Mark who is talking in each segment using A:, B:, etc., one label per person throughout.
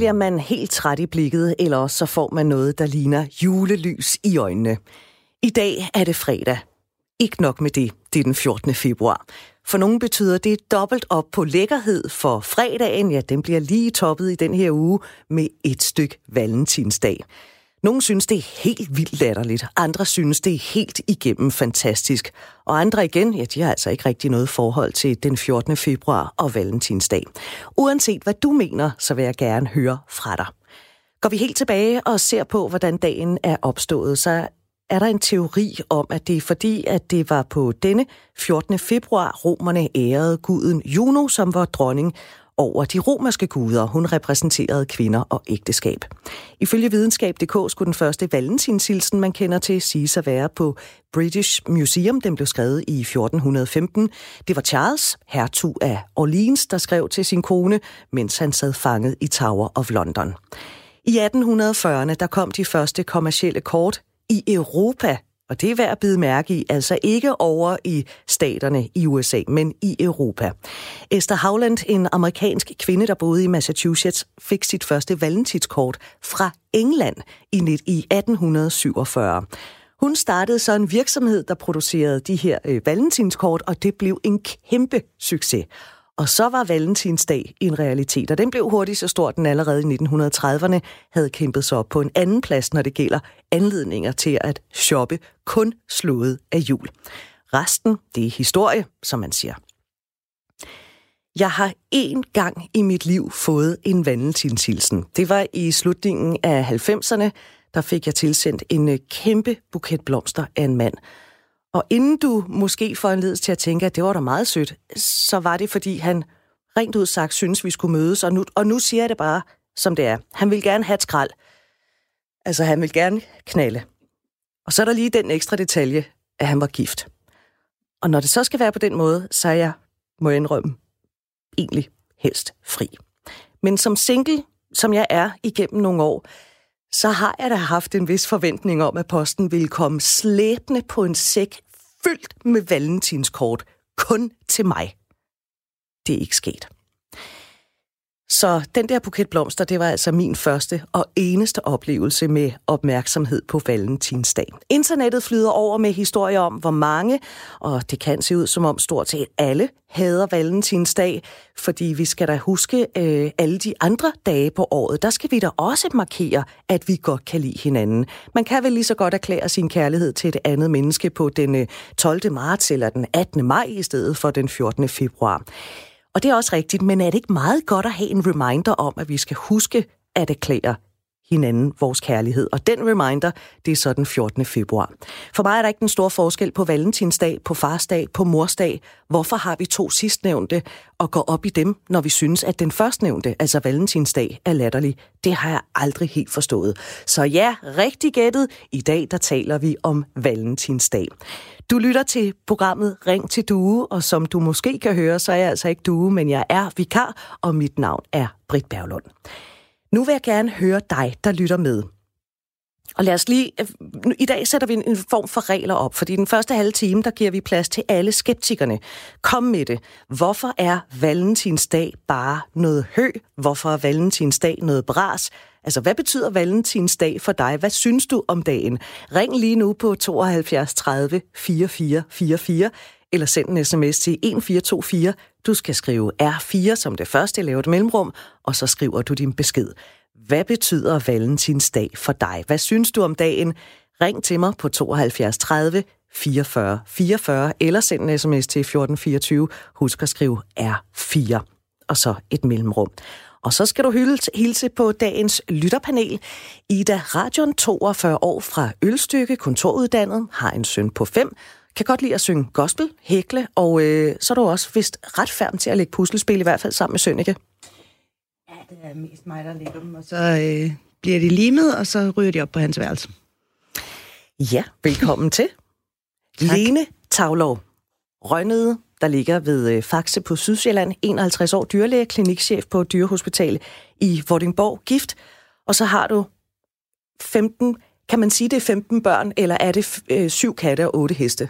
A: bliver man helt træt i blikket, eller også så får man noget, der ligner julelys i øjnene. I dag er det fredag. Ikke nok med det, det er den 14. februar. For nogen betyder det dobbelt op på lækkerhed, for fredagen, ja, den bliver lige toppet i den her uge med et stykke valentinsdag. Nogle synes, det er helt vildt latterligt. Andre synes, det er helt igennem fantastisk. Og andre igen, ja, de har altså ikke rigtig noget forhold til den 14. februar og valentinsdag. Uanset hvad du mener, så vil jeg gerne høre fra dig. Går vi helt tilbage og ser på, hvordan dagen er opstået, så er der en teori om, at det er fordi, at det var på denne 14. februar, romerne ærede guden Juno, som var dronning over de romerske guder. Hun repræsenterede kvinder og ægteskab. Ifølge videnskab.dk skulle den første valentinshilsen, man kender til, siges at være på British Museum. Den blev skrevet i 1415. Det var Charles, hertug af Orleans, der skrev til sin kone, mens han sad fanget i Tower of London. I 1840'erne, der kom de første kommercielle kort i Europa, og det er værd at bide mærke i, altså ikke over i staterne i USA, men i Europa. Esther Howland, en amerikansk kvinde, der boede i Massachusetts, fik sit første valentinskort fra England i 1847. Hun startede så en virksomhed, der producerede de her valentinskort, og det blev en kæmpe succes. Og så var valentinsdag en realitet, og den blev hurtigt så stor, den allerede i 1930'erne havde kæmpet sig op på en anden plads, når det gælder anledninger til at shoppe, kun slået af jul. Resten, det er historie, som man siger. Jeg har én gang i mit liv fået en valentinshilsen. Det var i slutningen af 90'erne, der fik jeg tilsendt en kæmpe buket blomster af en mand. Og inden du måske får en ledelse til at tænke, at det var da meget sødt, så var det, fordi han rent ud sagt synes, vi skulle mødes. Og nu siger jeg det bare, som det er. Han vil gerne have et skrald. Altså, han vil gerne knalde. Og så er der lige den ekstra detalje, at han var gift. Og når det så skal være på den måde, så er jeg, må jeg indrømme, egentlig helst fri. Men som single, som jeg er igennem nogle år, så har jeg da haft en vis forventning om, at posten ville komme slæbende på en sæk fyldt med valentinskort, kun til mig. Det er ikke sket. Så den der buket blomster, det var altså min første og eneste oplevelse med opmærksomhed på valentinsdag. Internettet flyder over med historier om, hvor mange, og det kan se ud som om stort set alle, hader valentinsdag, fordi vi skal da huske alle de andre dage på året. Der skal vi da også markere, at vi godt kan lide hinanden. Man kan vel lige så godt erklære sin kærlighed til et andet menneske på den 12. marts eller den 18. maj i stedet for den 14. februar. Og det er også rigtigt, men er det ikke meget godt at have en reminder om, at vi skal huske at erklære hinanden vores kærlighed? Og den reminder, det er så den 14. februar. For mig er der ikke den store forskel på valentinsdag, på farsdag, på morsdag. Hvorfor har vi to sidstnævnte og går op i dem, når vi synes, at den førstnævnte, altså valentinsdag, er latterlig? Det har jeg aldrig helt forstået. Så ja, rigtig gættet. I dag, der taler vi om valentinsdag. Du lytter til programmet Ring til Due, og som du måske kan høre, så er jeg altså ikke Due, men jeg er vikar, og mit navn er Britt Berglund. Nu vil jeg gerne høre dig, der lytter med. Og lad os lige... I dag sætter vi en form for regler op, fordi den første halve time, der giver vi plads til alle skeptikerne. Kom med det. Hvorfor er valentinsdag bare noget hø? Hvorfor er valentinsdag noget bras? Altså, hvad betyder valentinsdag for dig? Hvad synes du om dagen? Ring lige nu på 72 30 44 44, eller send en sms til 1424. Du skal skrive R4 som det første, lave et mellemrum, og så skriver du din besked. Hvad betyder valentinsdag for dig? Hvad synes du om dagen? Ring til mig på 72 30 44 44, eller send en sms til 1424. Husk at skrive R4, og så et mellemrum. Og så skal du hilse på dagens lytterpanel. Ida Radion, 42 år fra Ølstykke, kontoruddannet, har en søn på 5, kan godt lide at synge gospel, hækle, og så er du også vist ret færdig til at lægge puslespil, i hvert fald sammen med Sønneke.
B: Ja, det er mest mig, der lægger dem, og så bliver de limet, og så ryger de op på hans værelse.
A: Ja, velkommen til. Tak. Lene Tavlov, Rønnede, der ligger ved Faxe på Sydsjælland, 51 år, dyrlæge, klinikchef på Dyrehospital i Vordingborg, gift. Og så har du 15, kan man sige det er 15 børn, eller er det 7 katte og 8 heste?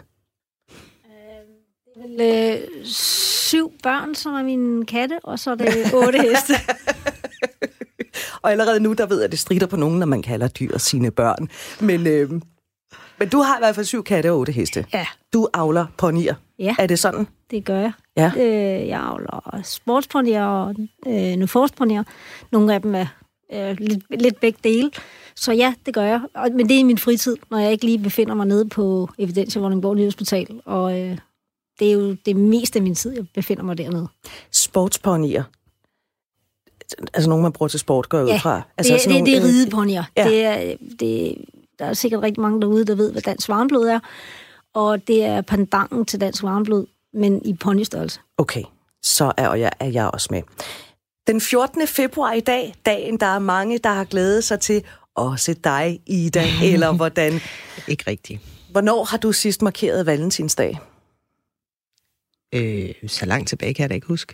C: Det er vel 7 børn, som er mine katte, og så er det 8 heste.
A: Og allerede nu, der ved jeg, at det stritter på nogen, når man kalder dyr sine børn. Men du har i hvert fald 7 katte og 8 heste.
C: Ja.
A: Du avler ponyer.
C: Ja.
A: Er det sådan?
C: Det gør jeg.
A: Ja.
C: Jeg avler sportsponyer og nuforstponyer. Nogle af dem er lidt begge dele. Så ja, det gør jeg. Men det er i min fritid, når jeg ikke lige befinder mig nede på Evidensia Vordingborg Hospital. Og det er jo det meste af min tid, jeg befinder mig dernede.
A: Sportsponyer. Altså nogen, man bruger til sport, går jeg ud fra. Altså,
C: det er rideponyer.
A: Ja.
C: Der er sikkert rigtig mange derude, der ved, hvad dansk varmblod er. Og det er pendanten til dansk varmblod, men i ponystørrelse.
A: Okay, så er jeg også med. Den 14. februar i dag, dagen, der er mange, der har glædet sig til, også dig, Ida, eller hvordan?
B: Ikke rigtigt.
A: Hvornår har du sidst markeret Valentinsdag?
B: Så langt tilbage kan jeg da ikke huske.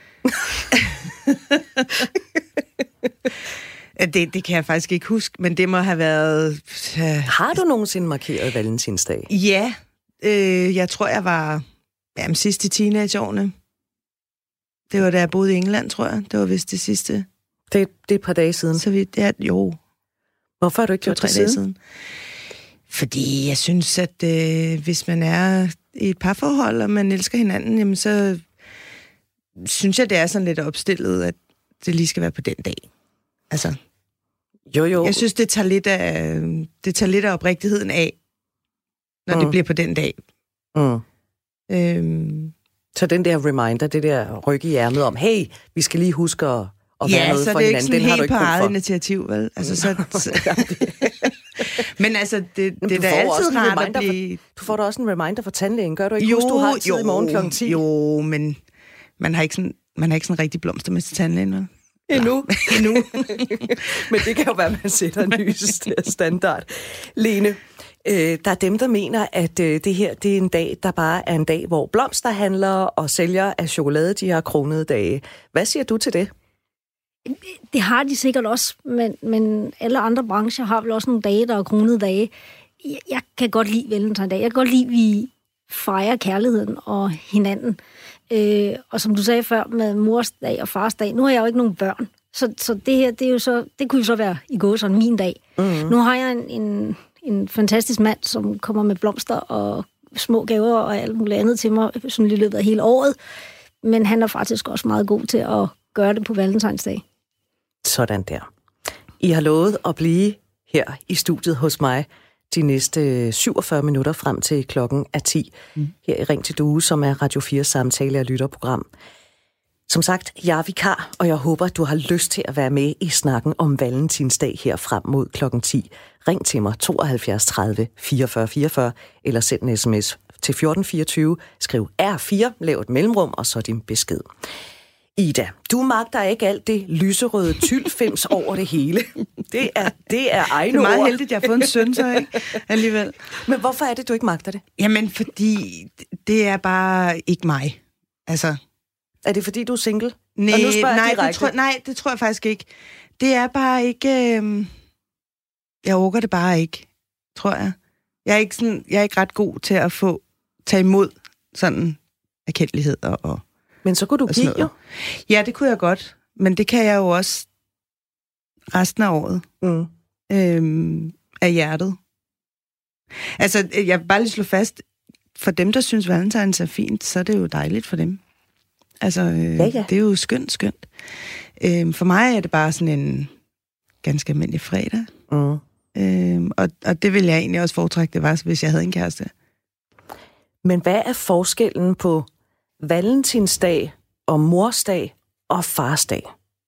B: Det kan jeg faktisk ikke huske, men det må have været...
A: Har du nogensinde markeret Valentinsdag?
B: Ja, jeg tror, jeg var sidst i teenageårene. Det var da jeg boede i England, tror jeg. Det var vist det sidste.
A: Det er et par dage siden.
B: Så vidt, jo.
A: Hvorfor har du ikke gjort det siden?
B: Fordi jeg synes, at hvis man er i et parforhold, og man elsker hinanden, jamen så synes jeg, det er sådan lidt opstillet, at det lige skal være på den dag. Altså,
A: jo.
B: Jeg synes, det tager lidt af oprigtigheden af, når det bliver på den dag.
A: Så den der reminder, det der ryg i ærmet om, hey, vi skal lige huske at være noget for hinanden, den har du ikke brug for. Ja, så det er ikke sådan helt på eget
B: initiativ, vel? Altså, men altså, det er da altid rart at blive...
A: Du får da også en reminder fra tandlægen, gør du ikke? Husk, du har tid i morgen kl. 10.
B: Jo, men man har ikke sådan rigtig blomster med til tandlægen, vel?
A: Endnu. Men det kan jo være, at man sætter en ny standard. Lene, der er dem, der mener, at det her det er en dag, der bare er en dag, hvor blomsterhandlere og sælgere af chokolade, de har kronede dage. Hvad siger du til det?
C: Det har de sikkert også, men alle andre brancher har vel også nogle dage, der er kronede dage. Jeg kan godt lide Valentinsdag. Jeg kan godt lide, at vi fejrer kærligheden og hinanden. Og som du sagde før med mors dag og fars dag, nu har jeg jo ikke nogen børn. Så det her, det kunne jo så være i går sådan min dag. Mm-hmm. Nu har jeg en fantastisk mand, som kommer med blomster og små gaver og alt muligt andet til mig, sådan i løbet af hele året. Men han er faktisk også meget god til at gøre det på Valentinsdag.
A: Sådan der. I har lovet at blive her i studiet hos mig de næste 47 minutter frem til klokken er 10. Her i Ring til Due, som er Radio 4 samtale- og lytterprogram. Som sagt, jeg er vikar, og jeg håber, at du har lyst til at være med i snakken om Valentinsdag her frem mod klokken 10. Ring til mig 72 30 44 44, eller send en sms til 1424. Skriv R4, lav et mellemrum, og så din besked. Ida, du magter ikke alt det lyserøde tylfims over det hele. Det er egne ord.
B: Det er meget heldigt, jeg har fået en søn, så ikke? Alligevel.
A: Men hvorfor er det, du ikke magter det?
B: Jamen, fordi det er bare ikke mig. Altså...
A: Er det fordi, du er single?
B: Nej, det tror jeg faktisk ikke. Det er bare ikke... Jeg orker det bare ikke, tror jeg. Jeg er ikke ret god til at tage imod sådan erkendelighed og
A: men så kunne du give jo.
B: Ja, det kunne jeg godt. Men det kan jeg jo også resten af året. Af hjertet. Altså, jeg vil bare lige slå fast, for dem, der synes Valentines er fint, så er det jo dejligt for dem. Altså, det er jo skønt. For mig er det bare sådan en ganske almindelig fredag. Og det ville jeg egentlig også foretrække, det var, hvis jeg havde en kæreste.
A: Men hvad er forskellen på Valentinsdag og morsdag og farsdag?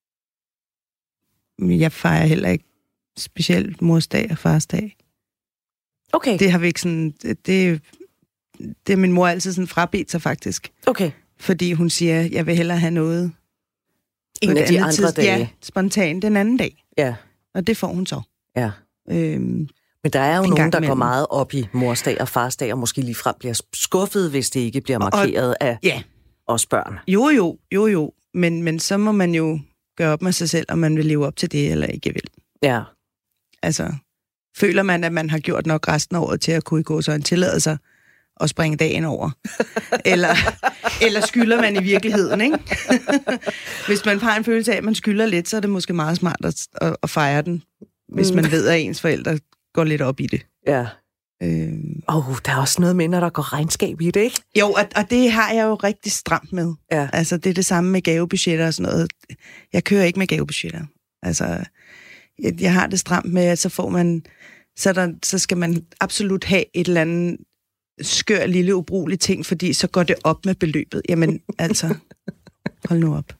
B: Jeg fejrer heller ikke specielt morsdag og farsdag.
A: Okay.
B: Det har vi ikke sådan... Det er min mor altid sådan frabedt sig, faktisk.
A: Okay.
B: Fordi hun siger, jeg vil hellere have noget...
A: En af de andre dage.
B: Ja, spontant den anden dag.
A: Ja.
B: Og det får hun så.
A: Ja. Men der er jo nogen, der går meget op i morsdag og farsdag, og måske ligefrem bliver skuffet, hvis det ikke bliver markeret af os børn.
B: Jo. Men så må man jo gøre op med sig selv, om man vil leve op til det, eller ikke vil.
A: Ja.
B: Altså, føler man, at man har gjort nok resten af året til at kunne gå så en tillade sig at springe dagen over. eller skylder man i virkeligheden, ikke? Hvis man har en følelse af, at man skylder lidt, så er det måske meget smart at fejre den, hvis man ved, at ens forældre går lidt op i det.
A: Ja. Der er også noget med, når der går regnskab i det, ikke?
B: Jo, og det har jeg jo rigtig stramt med. Ja. Altså, det er det samme med gavebudgetter og sådan noget. Jeg kører ikke med gavebudgetter. Altså, jeg har det stramt med, at så får man... Så skal man absolut have et eller andet skør, lille, ubrugelig ting, fordi så går det op med beløbet. Jamen, altså, hold nu op.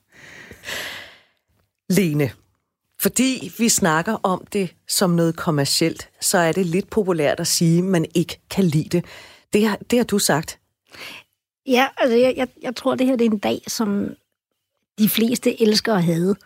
A: Lene, fordi vi snakker om det som noget kommercielt, så er det lidt populært at sige, at man ikke kan lide det. Det har du sagt.
C: Ja, altså jeg tror, det her det er en dag, som de fleste elsker at have.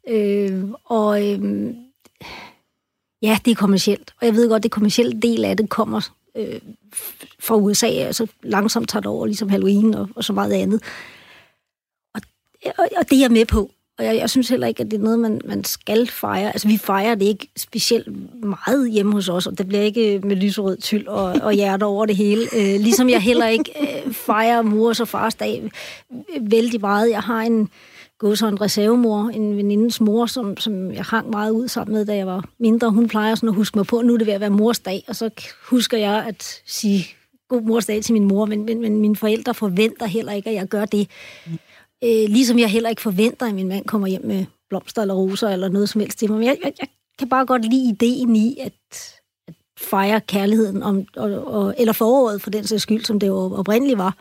C: Ja, det er kommercielt. Og jeg ved godt, det kommercielle del af det kommer fra USA, altså langsomt tager det over, ligesom Halloween og så meget andet. Og det er jeg med på. Og jeg synes heller ikke, at det er noget, man skal fejre. Altså, vi fejrer det ikke specielt meget hjemme hos os, og det bliver ikke med lyserød tyld og hjerter over det hele. Ligesom jeg heller ikke fejrer mors og fars dag vældig meget. Jeg har en reservemor, en venindens mor, som jeg hang meget ud sammen med, da jeg var mindre. Hun plejer sådan at huske mig på, at nu er det ved at være mors dag, og så husker jeg at sige god mors dag til min mor, men mine forældre forventer heller ikke, at jeg gør det. Ligesom jeg heller ikke forventer, at min mand kommer hjem med blomster eller roser eller noget som helst til mig. Men jeg kan bare godt lide ideen i at fejre kærligheden eller foråret for den sags skyld, som det jo oprindeligt var.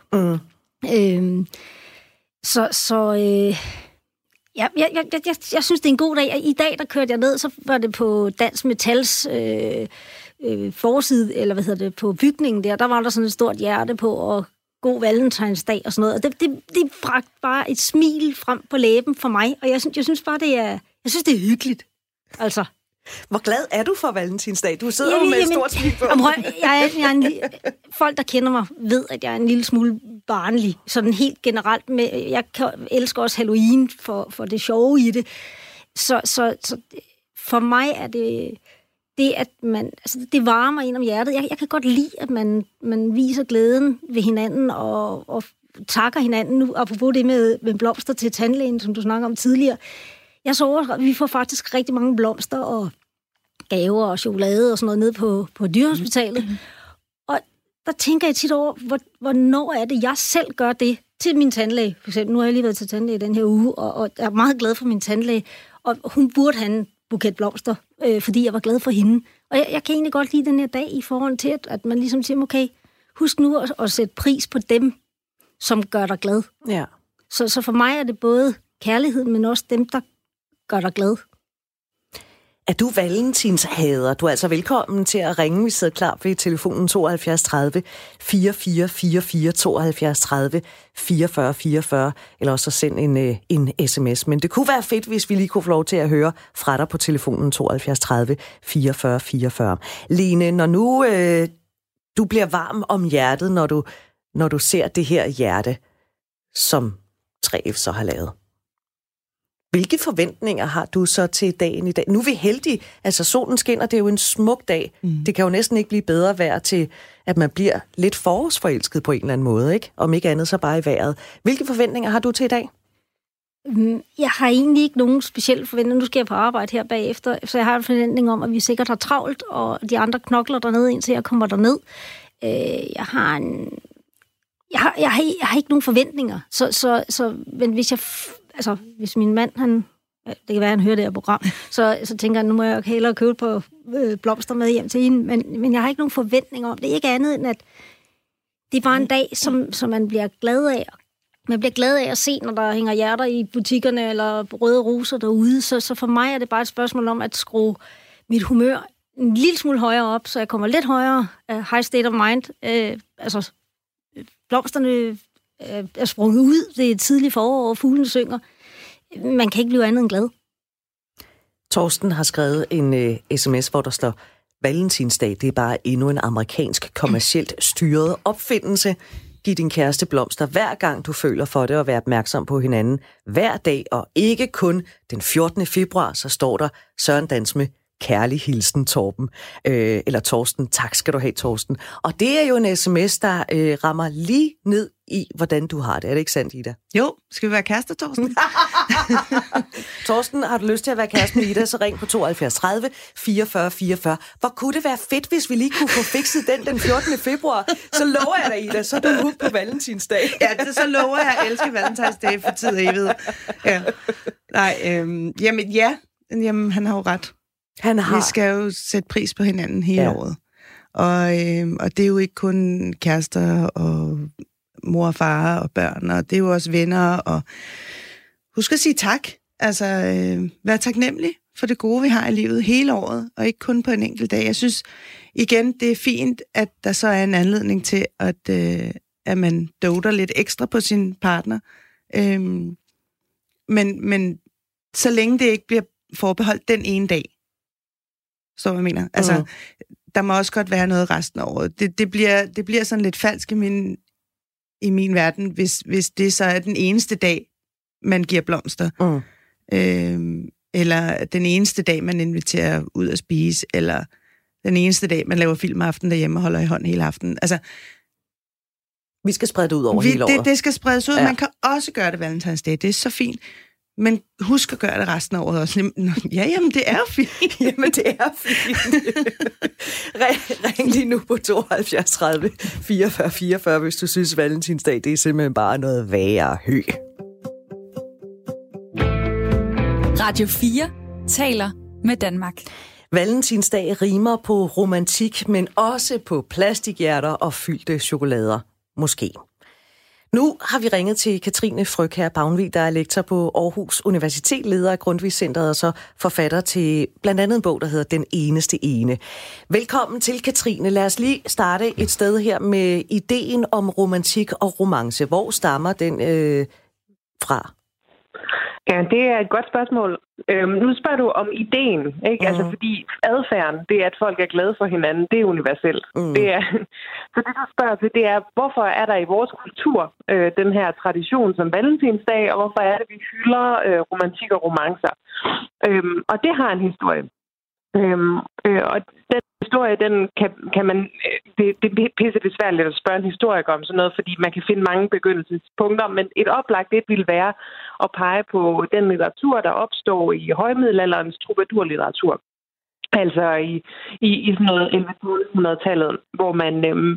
C: Jeg synes, det er en god dag. I dag, der kørte jeg ned, så var det på Dansk Metals forside, eller på bygningen der var der sådan et stort hjerte på, og god valentinsdag og sådan noget. Og det bragte bare et smil frem på læben for mig, og jeg synes bare, det er hyggeligt. Altså.
A: Hvor glad er du for valentinsdag? Du sidder jo med et stort smil på.
C: Folk, der kender mig, ved, at jeg er en lille smule barnlig. Sådan helt generelt. Jeg elsker også Halloween for det sjove i det. Så for mig er det, at man... Altså, det varmer ind om hjertet. Jeg kan godt lide, at man viser glæden ved hinanden og takker hinanden. Nu, apropos det med blomster til tandlægen, som du snakker om tidligere. Jeg så over, vi får faktisk rigtig mange blomster og gaver og chokolade og sådan noget ned på dyrehospitalet. Og der tænker jeg tit over, hvornår er det, jeg selv gør det til min tandlæge. For eksempel, nu har jeg lige været til tandlæge den her uge, og jeg er meget glad for min tandlæge. Og hun burde have en buket blomster, fordi jeg var glad for hende. Og jeg kan egentlig godt lide den her dag i forhold til, at man ligesom siger, okay, husk nu at sætte pris på dem, som gør dig glad.
A: Ja.
C: Så for mig er det både kærligheden, men også dem, der gør dig glad.
A: Er du valentinshader? Du er altså velkommen til at ringe. Vi sidder klar ved telefonen 72 30 44 44 72 30 44 44, eller også send en sms. Men det kunne være fedt, hvis vi lige kunne få lov til at høre fra dig på telefonen 72 30 44 44. Lene, når nu du bliver varm om hjertet, når du ser det her hjerte, som 3F så har lavet. Hvilke forventninger har du så til dagen i dag? Nu er vi heldige. Altså, solen skinner, det er jo en smuk dag. Det kan jo næsten ikke blive bedre vejr til, at man bliver lidt forårsforelsket på en eller anden måde, ikke? Om ikke andet, så bare i vejret. Hvilke forventninger har du til i dag?
C: Jeg har egentlig ikke nogen specielle forventninger. Nu skal jeg på arbejde her bagefter, så jeg har en forventning om, at vi sikkert har travlt, og de andre knokler dernede, indtil jeg kommer derned. Jeg har ikke nogen forventninger. Men hvis min mand, det kan være, han hører det her program, så tænker han, nu må jeg hellere købe på blomster med hjem til hende, men jeg har ikke nogen forventninger om det. Ikke andet end, at det er bare en dag, som man bliver glad af. Man bliver glad af at se, når der hænger hjerter i butikkerne, eller røde roser derude. Så for mig er det bare et spørgsmål om at skrue mit humør en lille smule højere op, så jeg kommer lidt højere, high state of mind. Blomsterne er sprunget ud, det er tidligt forår, og fuglene synger. Man kan ikke blive andet end glad.
A: Torsten har skrevet en sms, hvor der står, Valentinsdag, det er bare endnu en amerikansk kommercielt styret opfindelse. Giv din kæreste blomster hver gang du føler for det, og vær opmærksom på hinanden hver dag, og ikke kun den 14. februar, så står der Søren Dans med Kærlig hilsen, Torben. Eller Torsten. Tak skal du have, Torsten. Og det er jo en sms, der rammer lige ned i, hvordan du har det. Er det ikke sandt, Ida?
B: Jo, skal vi være kærester, Torsten?
A: Torsten, har du lyst til at være kæreste med Ida, så ring på 72 30 44 44. Hvor kunne det være fedt, hvis vi lige kunne få fikset den 14. februar? Så lover jeg dig, Ida, så er du hooked på Valentinsdag.
B: Ja, så lover jeg at elske Valentinsdag for tid og evighed. Ja. Nej, jamen, han har jo ret. Vi skal jo sætte pris på hinanden hele året. Og det er jo ikke kun kærester og mor og far og børn, og det er jo også venner, og husk at sige tak. Altså, vær taknemmelig for det gode, vi har i livet hele året, og ikke kun på en enkelt dag. Jeg synes, igen, det er fint, at der så er en anledning til, at man doter lidt ekstra på sin partner. Men så længe det ikke bliver forbeholdt den ene dag, så jeg mener. Altså, der må også godt være noget resten af året. Det bliver sådan lidt falsk i min verden, hvis det så er den eneste dag, man giver blomster. Eller den eneste dag, man inviterer ud at spise, eller den eneste dag, man laver filmaften derhjemme og holder i hånd hele aftenen. Altså,
A: vi skal sprede det ud over hele året.
B: Det skal spredes ud. Ja. Man kan også gøre det Valentinsdag. Det er så fint. Men husk at gøre det resten af året også. Ja, jamen, det er jo fint.
A: Jamen, det er fint. Ring lige nu på 72 30 44 44, hvis du synes, Valentinsdag, det er simpelthen bare noget værre hø.
D: Radio 4 taler med Danmark.
A: Valentinsdag rimer på romantik, men også på plastikhjerter og fyldte chokolader. Måske. Nu har vi ringet til Katrine Frøkjær Bavnvig, der er lektor på Aarhus Universitet, leder af Grundtvig-centret og så forfatter til blandt andet en bog, der hedder Den eneste ene. Velkommen til, Katrine. Lad os lige starte et sted her med ideen om romantik og romance. Hvor stammer den fra?
E: Ja, det er et godt spørgsmål. Nu spørger du om ideen, ikke? Altså, fordi adfærden, det er, at folk er glade for hinanden, det er universelt. Det er, så det, du spørger til, det er, hvorfor er der i vores kultur den her tradition som Valentinsdag, og hvorfor er det, vi hylder romantik og romancer? Og det har en historie. Og den historie, den kan man... Det er pisse besværligt at spørge en historiker om sådan noget, fordi man kan finde mange begyndelsespunkter, men et oplagt det ville være at pege på den litteratur, der opstår i højmiddelalderens troubadourlitteratur. Altså i sådan noget 1100-tallet, hvor man...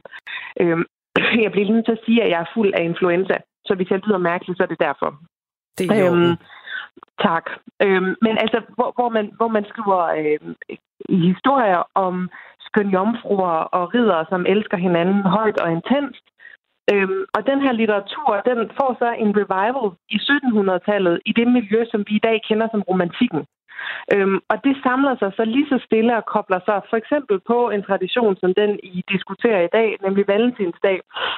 E: jeg bliver nødt til at sige, at jeg er fuld af influenza, så hvis jeg lyder mærkeligt, så er det derfor.
A: Det er jo
E: tak. Men altså, hvor man skriver historier om skøn jomfruer og riddere, som elsker hinanden højt og intenst. Og den her litteratur, den får så en revival i 1700-tallet i det miljø, som vi i dag kender som romantikken. Og det samler sig så lige så stille og kobler sig for eksempel på en tradition, som den I diskuterer i dag, nemlig Valentinsdag.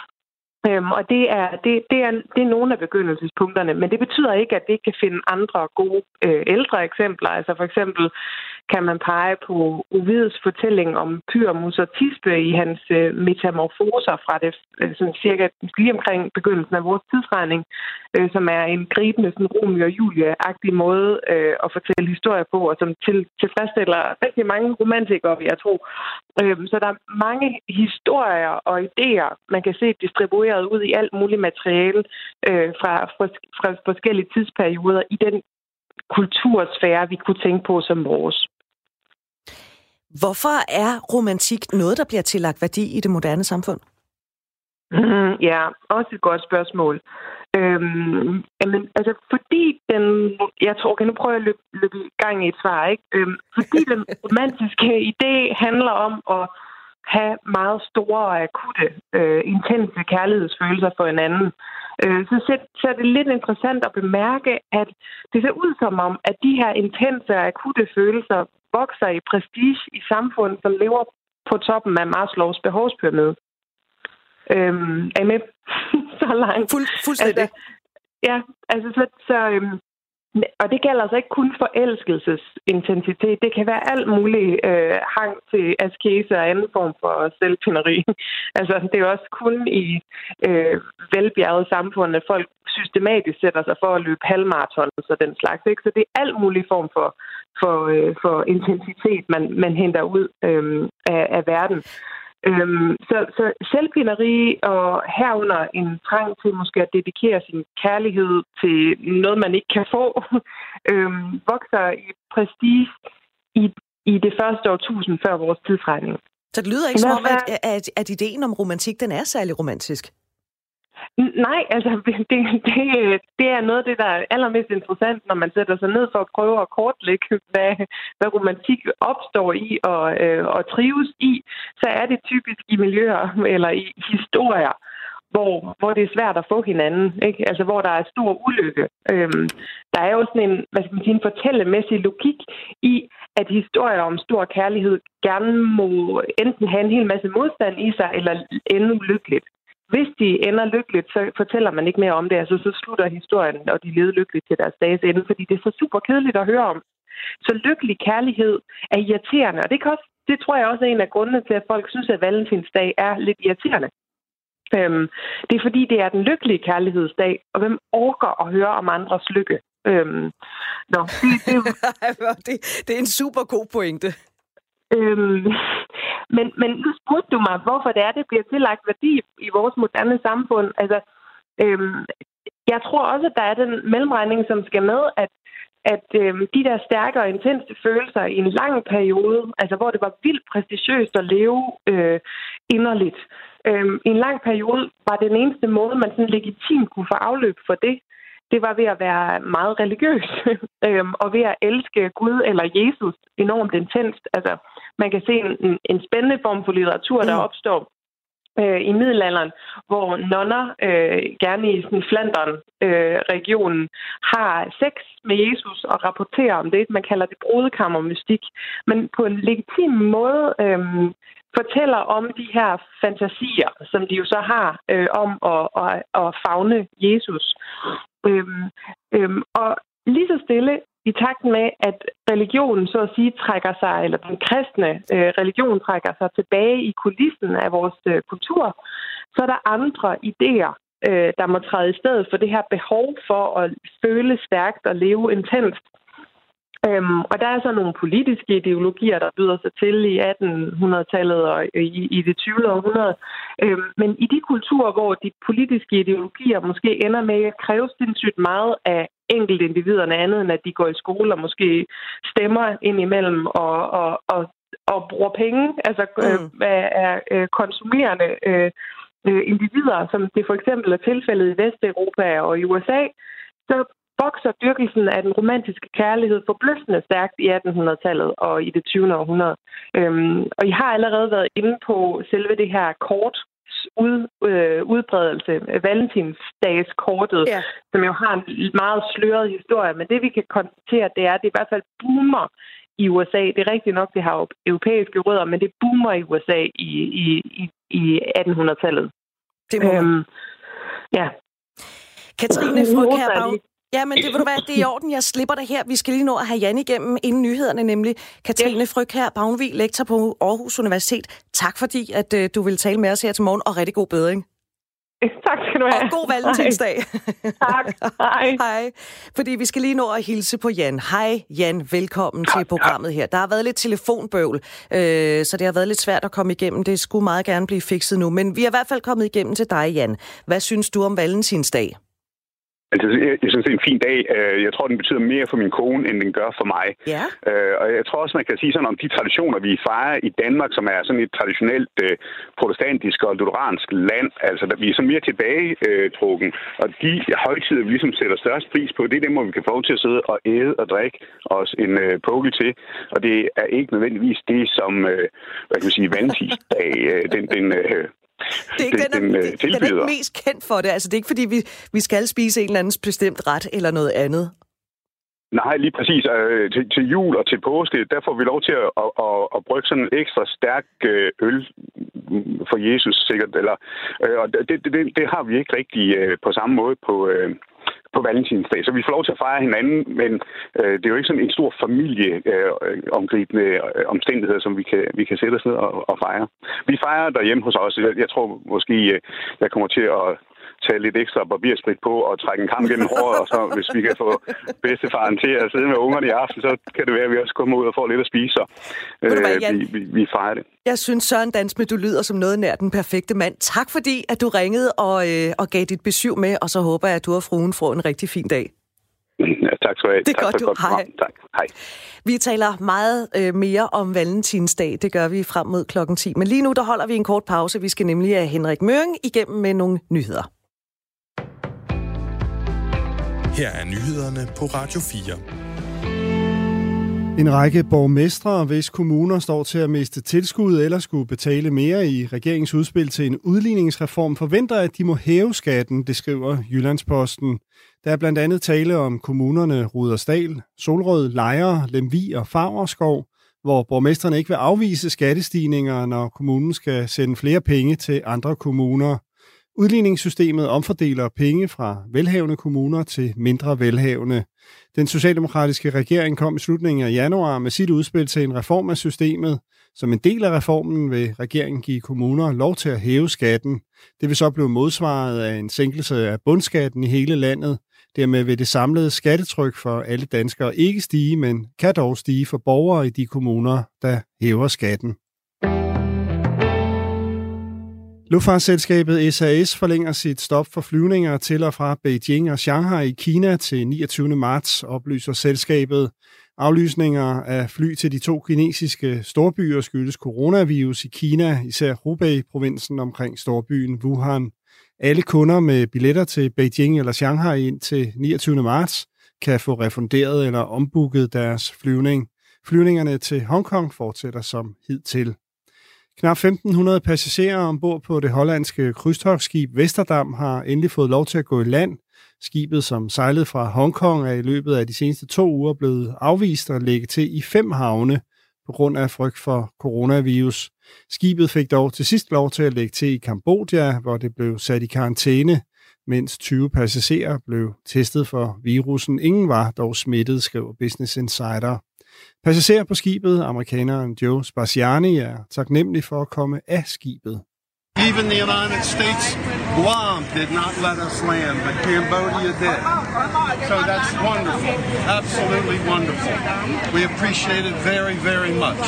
E: Og det er nogle af begyndelsespunkterne, men det betyder ikke, at vi ikke kan finde andre gode ældre eksempler. Altså for eksempel kan man pege på Ovids fortælling om Pyramus og Tisbe i hans metamorfoser fra det sådan cirka lige omkring begyndelsen af vores tidsregning, som er en gribende sådan Romeo og Julie-agtig måde at fortælle historier på, og som tilfredsstiller rigtig mange romantikere, vil jeg tro. Så der er mange historier og idéer, man kan se distribueret ud i alt muligt materiale fra forskellige tidsperioder i den kultursfære, vi kunne tænke på som vores.
A: Hvorfor er romantik noget, der bliver tillagt værdi i det moderne samfund?
E: Ja, også et godt spørgsmål. Altså, fordi den... Jeg tror, okay, nu prøver jeg at løbe i gang i et svar, ikke? Fordi den romantiske idé handler om at have meget store og akutte, intense kærlighedsfølelser for hinanden, så er det lidt interessant at bemærke, at det ser ud som om, at de her intense og akutte følelser vokser i prestige i samfund, som lever på toppen af Maslows behovspyramide. Er I med? Så langt.
A: Fuldstændig.
E: Og det gælder altså ikke kun forelskelsesintensitet. Det kan være alt muligt hang til askese og anden form for selvpinderi. Altså, det er også kun i velbjergede samfund, at folk systematisk sætter sig for at løbe halvmarathon og den slags. Ikke? Så det er alt mulig form for for intensitet, man henter ud af verden. Så selvpineri og herunder en trang til måske at dedikere sin kærlighed til noget, man ikke kan få, vokser i prestige i det første årtusind før vores tidsregning.
A: Så det lyder ikke som om, at ideen om romantik, den er særlig romantisk?
E: Nej, altså det er noget af det, der er allermest interessant, når man sætter sig ned for at prøve at kortlægge, hvad romantik opstår i og trives i. Så er det typisk i miljøer eller i historier, hvor det er svært at få hinanden, ikke? Altså hvor der er stor ulykke. Der er jo sådan en fortællemæssig logik i, at historier om stor kærlighed gerne må enten have en hel masse modstand i sig, eller ende ulykkeligt. Hvis de ender lykkeligt, så fortæller man ikke mere om det. Altså, så slutter historien, og de levede lykkeligt til deres dages ende, fordi det er så super kedeligt at høre om. Så lykkelig kærlighed er irriterende, og det tror jeg også er en af grundene til, at folk synes, at valentinsdag er lidt irriterende. Det er fordi, det er den lykkelige kærlighedsdag, og hvem orker at høre om andres lykke?
A: Det er en super god pointe.
E: Men nu spurgte du mig, hvorfor det bliver tillagt værdi i vores moderne samfund. Altså, jeg tror også, at der er den mellemregning, som skal med, at de der stærke og intense følelser i en lang periode, altså hvor det var vildt prestigiøst at leve inderligt, i en lang periode var den eneste måde, man sådan legitimt kunne få afløb for det var ved at være meget religiøs og ved at elske Gud eller Jesus enormt intenst. Altså, man kan se en spændende form for litteratur, der opstår i middelalderen, hvor nonner gerne i sådan Flandern-regionen har sex med Jesus og rapporterer om det. Man kalder det brudekammermystik. Men på en legitim måde fortæller om de her fantasier, som de jo så har om at favne Jesus. Og lige så stille, i takt med, at religionen så at sige trækker sig, eller den kristne religion trækker sig tilbage i kulissen af vores kultur, så er der andre idéer, der må træde i stedet for det her behov for at føle stærkt og leve intenst. Og der er så nogle politiske ideologier, der byder sig til i 1800-tallet og i det 20. århundrede. Men i de kulturer, hvor de politiske ideologier måske ender med at kræve sindssygt meget af enkeltindividerne andet, end at de går i skole og måske stemmer indimellem og bruger penge, altså er konsumerende individer, som det for eksempel er tilfældet i Vesteuropa og i USA, så vokser dyrkelsen af den romantiske kærlighed forbløffende stærkt i 1800-tallet og i det 20. århundrede. Og I har allerede været inde på selve det her kort udbredelse, valentinsdagskortet, som jo har en meget sløret historie. Men det vi kan konstatere, det er, at det i hvert fald boomer i USA. Det er rigtigt nok, det har europæiske rødder, men det boomer i USA i 1800-tallet.
A: Det må man.
E: Ja.
A: Katrine Frøkjær. Ja, men det vil du være, det er i orden. Jeg slipper dig her. Vi skal lige nå at have Jan igennem inden nyhederne, nemlig Katrine Frøkjær Bavnvig, lektor på Aarhus Universitet. Tak fordi, at du vil tale med os her til morgen, og rigtig god bedring.
E: Tak skal du have.
A: Og god valentinsdag.
E: Tak. Hej.
A: Hej. Fordi vi skal lige nå at hilse på Jan. Hej Jan, velkommen til programmet her. Der har været lidt telefonbøvl, så det har været lidt svært at komme igennem. Det skulle meget gerne blive fikset nu, men vi er i hvert fald kommet igennem til dig, Jan. Hvad synes du om valentinsdag?
F: Altså, jeg synes, det er en fin dag. Jeg tror, den betyder mere for min kone, end den gør for mig.
A: Ja.
F: Og jeg tror også, man kan sige sådan om de traditioner, vi fejrer i Danmark, som er sådan et traditionelt protestantisk og lutheransk land. Altså, vi er sådan mere tilbagetrukken. Og de højtider, vi ligesom sætter størst pris på, det er dem, hvor vi kan få lov til at sidde og æde og drikke os en poke til. Og det er ikke nødvendigvis det, som, hvad kan man sige, valentinsdag,
A: det er ikke den er ikke mest kendt for det. Altså, det er ikke, fordi vi skal spise en eller andens bestemt ret eller noget andet.
F: Nej, lige præcis. Til jul og til påske, der får vi lov til at brygge sådan en ekstra stærk øl for Jesus, sikkert. Og det har vi ikke rigtig på samme måde på valentinsdag. Så vi får lov til at fejre hinanden, men det er jo ikke sådan en stor familieomgribende omstændighed, som vi kan sætte os ned og fejre. Vi fejrer derhjemme hos os. Jeg tror måske, jeg kommer til tage lidt ekstra barbiersprit på og trække en kam gennem håret, og så hvis vi kan få bedstefaren til at sidde med ungerne i aften, så kan det være, at vi også kommer ud og får lidt at spise. Så vi fejrer det.
A: Jeg synes, Søren Dansme, du lyder som noget nær den perfekte mand. Tak fordi, at du ringede og gav dit besøg med, og så håber jeg, at du og fruen får en rigtig fin dag.
F: Ja, tak skal du have.
A: Det er godt, du. Hej.
F: Tak. Hej.
A: Vi taler meget mere om Valentinsdag. Det gør vi frem mod klokken 10. Men lige nu, der holder vi en kort pause. Vi skal nemlig have Henrik Møring igennem med nogle nyheder.
G: Her er nyhederne på Radio 4.
H: En række borgmestre, hvis kommuner står til at miste tilskud eller skulle betale mere i regeringens udspil til en udligningsreform, forventer, at de må hæve skatten, det skriver Jyllandsposten. Der er blandt andet tale om kommunerne Rudersdal, Solrød, Lejre, Lemvig og Favrskov, hvor borgmestrene ikke vil afvise skattestigninger, når kommunen skal sende flere penge til andre kommuner. Udligningssystemet omfordeler penge fra velhavende kommuner til mindre velhavende. Den socialdemokratiske regering kom i slutningen af januar med sit udspil til en reform af systemet. Som en del af reformen vil regeringen give kommuner lov til at hæve skatten. Det vil så blive modsvaret af en sænkelse af bundskatten i hele landet. Dermed vil det samlede skattetryk for alle danskere ikke stige, men kan dog stige for borgere i de kommuner, der hæver skatten. Luftfartsselskabet SAS forlænger sit stop for flyvninger til og fra Beijing og Shanghai i Kina til 29. marts, oplyser selskabet. Aflysninger af fly til de 2 kinesiske storbyer skyldes coronavirus i Kina, især Hubei-provinsen omkring storbyen Wuhan. Alle kunder med billetter til Beijing eller Shanghai ind til 29. marts kan få refunderet eller ombooket deres flyvning. Flyvningerne til Hongkong fortsætter som hidtil. Knap 1.500 passagerer ombord på det hollandske krydstogtskib Westerdam har endelig fået lov til at gå i land. Skibet, som sejlede fra Hongkong, er i løbet af de seneste 2 uger blevet afvist og lægge til i 5 havne på grund af frygt for coronavirus. Skibet fik dog til sidst lov til at lægge til i Kambodja, hvor det blev sat i karantæne, mens 20 passagerer blev testet for virussen. Ingen var dog smittet, skriver Business Insider. Passagerer på skibet, amerikaneren Joe Sparciani, er taknemmelig for at komme af skibet.
I: Even the United States, Guam did not let us land, but Cambodia did. So that's wonderful, absolutely wonderful. We appreciate it very, very much.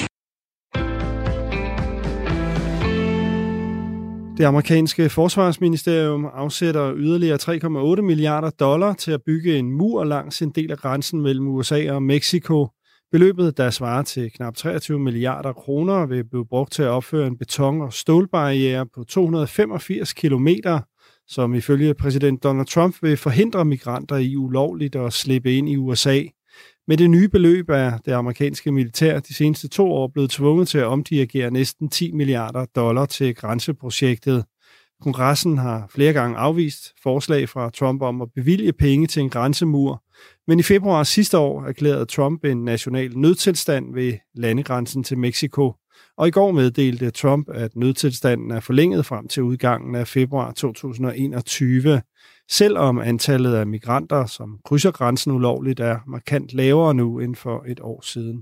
H: Det amerikanske forsvarsministerium afsætter yderligere $3,8 milliarder til at bygge en mur langs en del af grænsen mellem USA og Mexico. Beløbet, der svarer til knap 23 milliarder kroner, vil blive brugt til at opføre en beton- og stålbarriere på 285 kilometer, som ifølge præsident Donald Trump vil forhindre migranter i ulovligt at slippe ind i USA. Med det nye beløb er det amerikanske militær de seneste 2 år blevet tvunget til at omdirigere næsten $10 milliarder til grænseprojektet. Kongressen har flere gange afvist forslag fra Trump om at bevilge penge til en grænsemur, men i februar sidste år erklærede Trump en national nødtilstand ved landegrænsen til Mexico, og i går meddelte Trump, at nødtilstanden er forlænget frem til udgangen af februar 2021, selvom antallet af migranter, som krydser grænsen ulovligt, er markant lavere nu end for et år siden.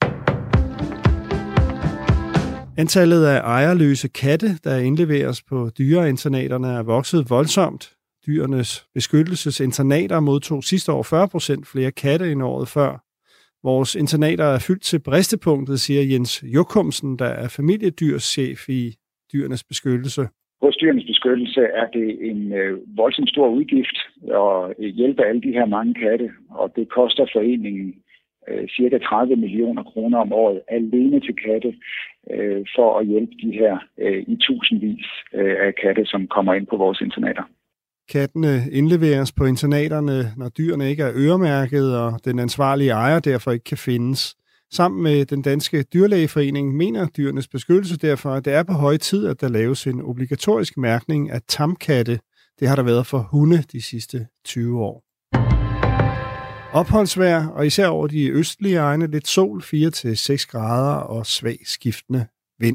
H: Antallet af ejerløse katte, der indleveres på dyreinternaterne, er vokset voldsomt. Dyrenes beskyttelsesinternater modtog sidste år 40% flere katte end året før. Vores internater er fyldt til bristepunktet, siger Jens Jokumsen, der er familiedyrschef i Dyrenes Beskyttelse.
J: Hos Dyrenes Beskyttelse er det en voldsomt stor udgift at hjælpe alle de her mange katte, og det koster foreningen cirka 30 millioner kroner om året alene til katte for at hjælpe de her i tusindvis af katte, som kommer ind på vores internater.
H: Kattene indleveres på internaterne, når dyrene ikke er øremærket, og den ansvarlige ejer derfor ikke kan findes. Sammen med den danske dyrlægeforening mener Dyrenes Beskyttelse derfor, at det er på høje tid, at der laves en obligatorisk mærkning af tamkatte. Det har der været for hunde de sidste 20 år. Opholdsvejr, og især over de østlige egne, lidt sol, 4-6 grader og svag skiftende vind.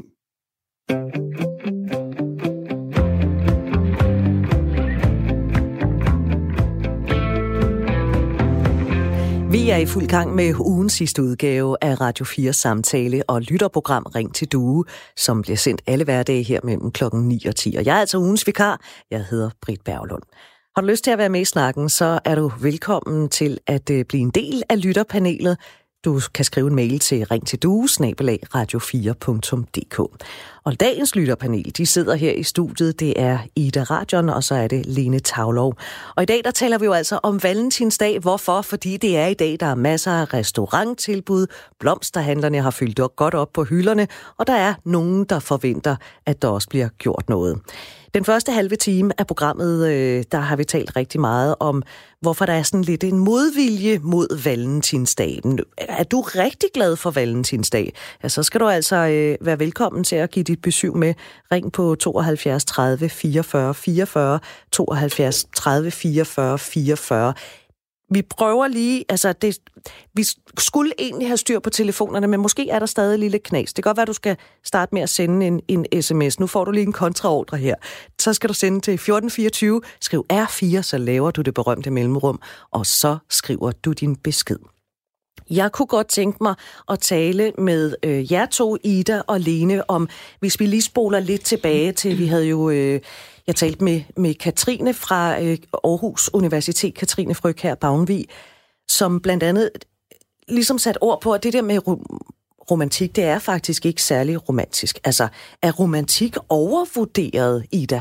A: Vi Vi er i fuld gang med ugens sidste udgave af Radio 4 samtale- og lytterprogram Ring til Due, som bliver sendt alle hverdage her mellem klokken 9 og 10. Og jeg er altså ugens vikar. Jeg hedder Britt Berglund. Har du lyst til at være med i snakken, så er du velkommen til at blive en del af lytterpanelet. Du kan skrive en mail til ringtildue@radio4.dk. Og dagens lytterpanel, de sidder her i studiet. Det er Ida Radion, og så er det Lene Tavlov. Og i dag, der taler vi jo altså om Valentinsdag. Hvorfor? Fordi det er i dag, der er masser af restauranttilbud. Blomsterhandlerne har fyldt godt op på hylderne, og der er nogen, der forventer, at der også bliver gjort noget. Den første halve time af programmet, der har vi talt rigtig meget om, hvorfor der er sådan lidt en modvilje mod Valentinsdag. Er du rigtig glad for Valentinsdag? Ja, så skal du altså være velkommen til at give dit besøg med. Ring på 72 30 44 44, 72 30 44 44. Vi prøver lige, vi skulle egentlig have styr på telefonerne, men måske er der stadig et lille knas. Det kan godt være, at du skal starte med at sende en sms. Nu får du lige en kontraordre her. Så skal du sende til 1424, skriv R4, så laver du det berømte mellemrum, og så skriver du din besked. Jeg kunne godt tænke mig at tale med jer to, Ida og Lene, om, hvis vi lige spoler lidt tilbage til, vi havde jo... Jeg talte med Katrine fra Aarhus Universitet, Katrine Frøkjær Bavnvig, som blandt andet ligesom sat ord på, at det der med romantik, det er faktisk ikke særlig romantisk. Altså, er romantik overvurderet, Ida?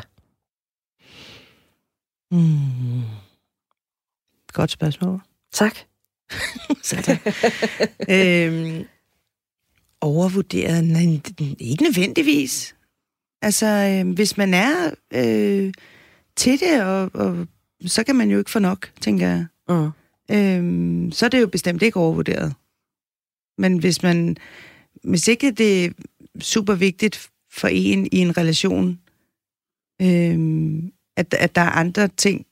B: Godt spørgsmål.
A: Tak.
B: Overvurderet? Nej, ikke nødvendigvis. Altså, hvis man er til det, og så kan man jo ikke få nok, tænker jeg. Så er det jo bestemt ikke overvurderet. Men hvis ikke det er super vigtigt for en i en relation, at der er andre ting,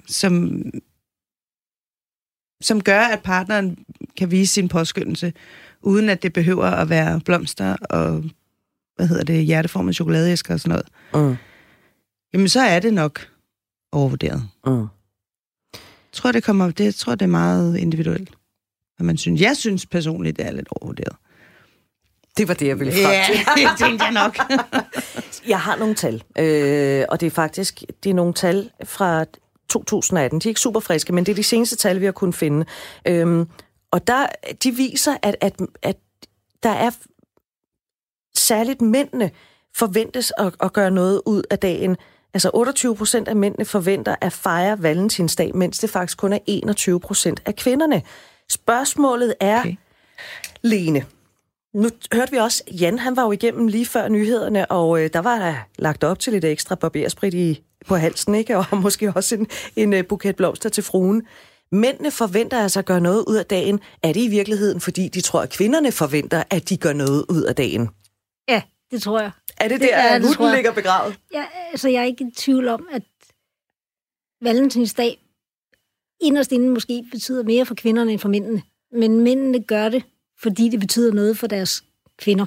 B: som gør, at partneren kan vise sin påskyndelse, uden at det behøver at være blomster og hjerteformede chokoladeæsker og sådan noget. Jamen, så er det nok overvurderet. Jeg tror, det er meget individuelt, hvad man synes. Jeg synes personligt, det er lidt overvurderet.
A: Det var det, jeg ville frem til.
B: Ja, det tænkte jeg nok.
A: Jeg har nogle tal, og det er nogle tal fra 2018. De er ikke super friske, men det er de seneste tal, vi har kunnet finde. Og de viser, at der er særligt mændene forventes at gøre noget ud af dagen. Altså 28% af mændene forventer at fejre Valentinsdag, mens det faktisk kun er 21% af kvinderne. Spørgsmålet er, Lene, nu hørte vi også, Jan, han var jo igennem lige før nyhederne, og der var der lagt op til lidt ekstra barbersprit på halsen, ikke? Og måske også en buket blomster til fruen. Mændene forventer altså at gøre noget ud af dagen. Er det i virkeligheden, fordi de tror, at kvinderne forventer, at de gør noget ud af dagen?
C: Ja, det tror jeg.
A: Er det der, at hunden ligger begravet?
C: Ja, altså jeg er ikke i tvivl om, at Valentinsdag inderst inden måske betyder mere for kvinderne end for mændene. Men mændene gør det, fordi det betyder noget for deres kvinder.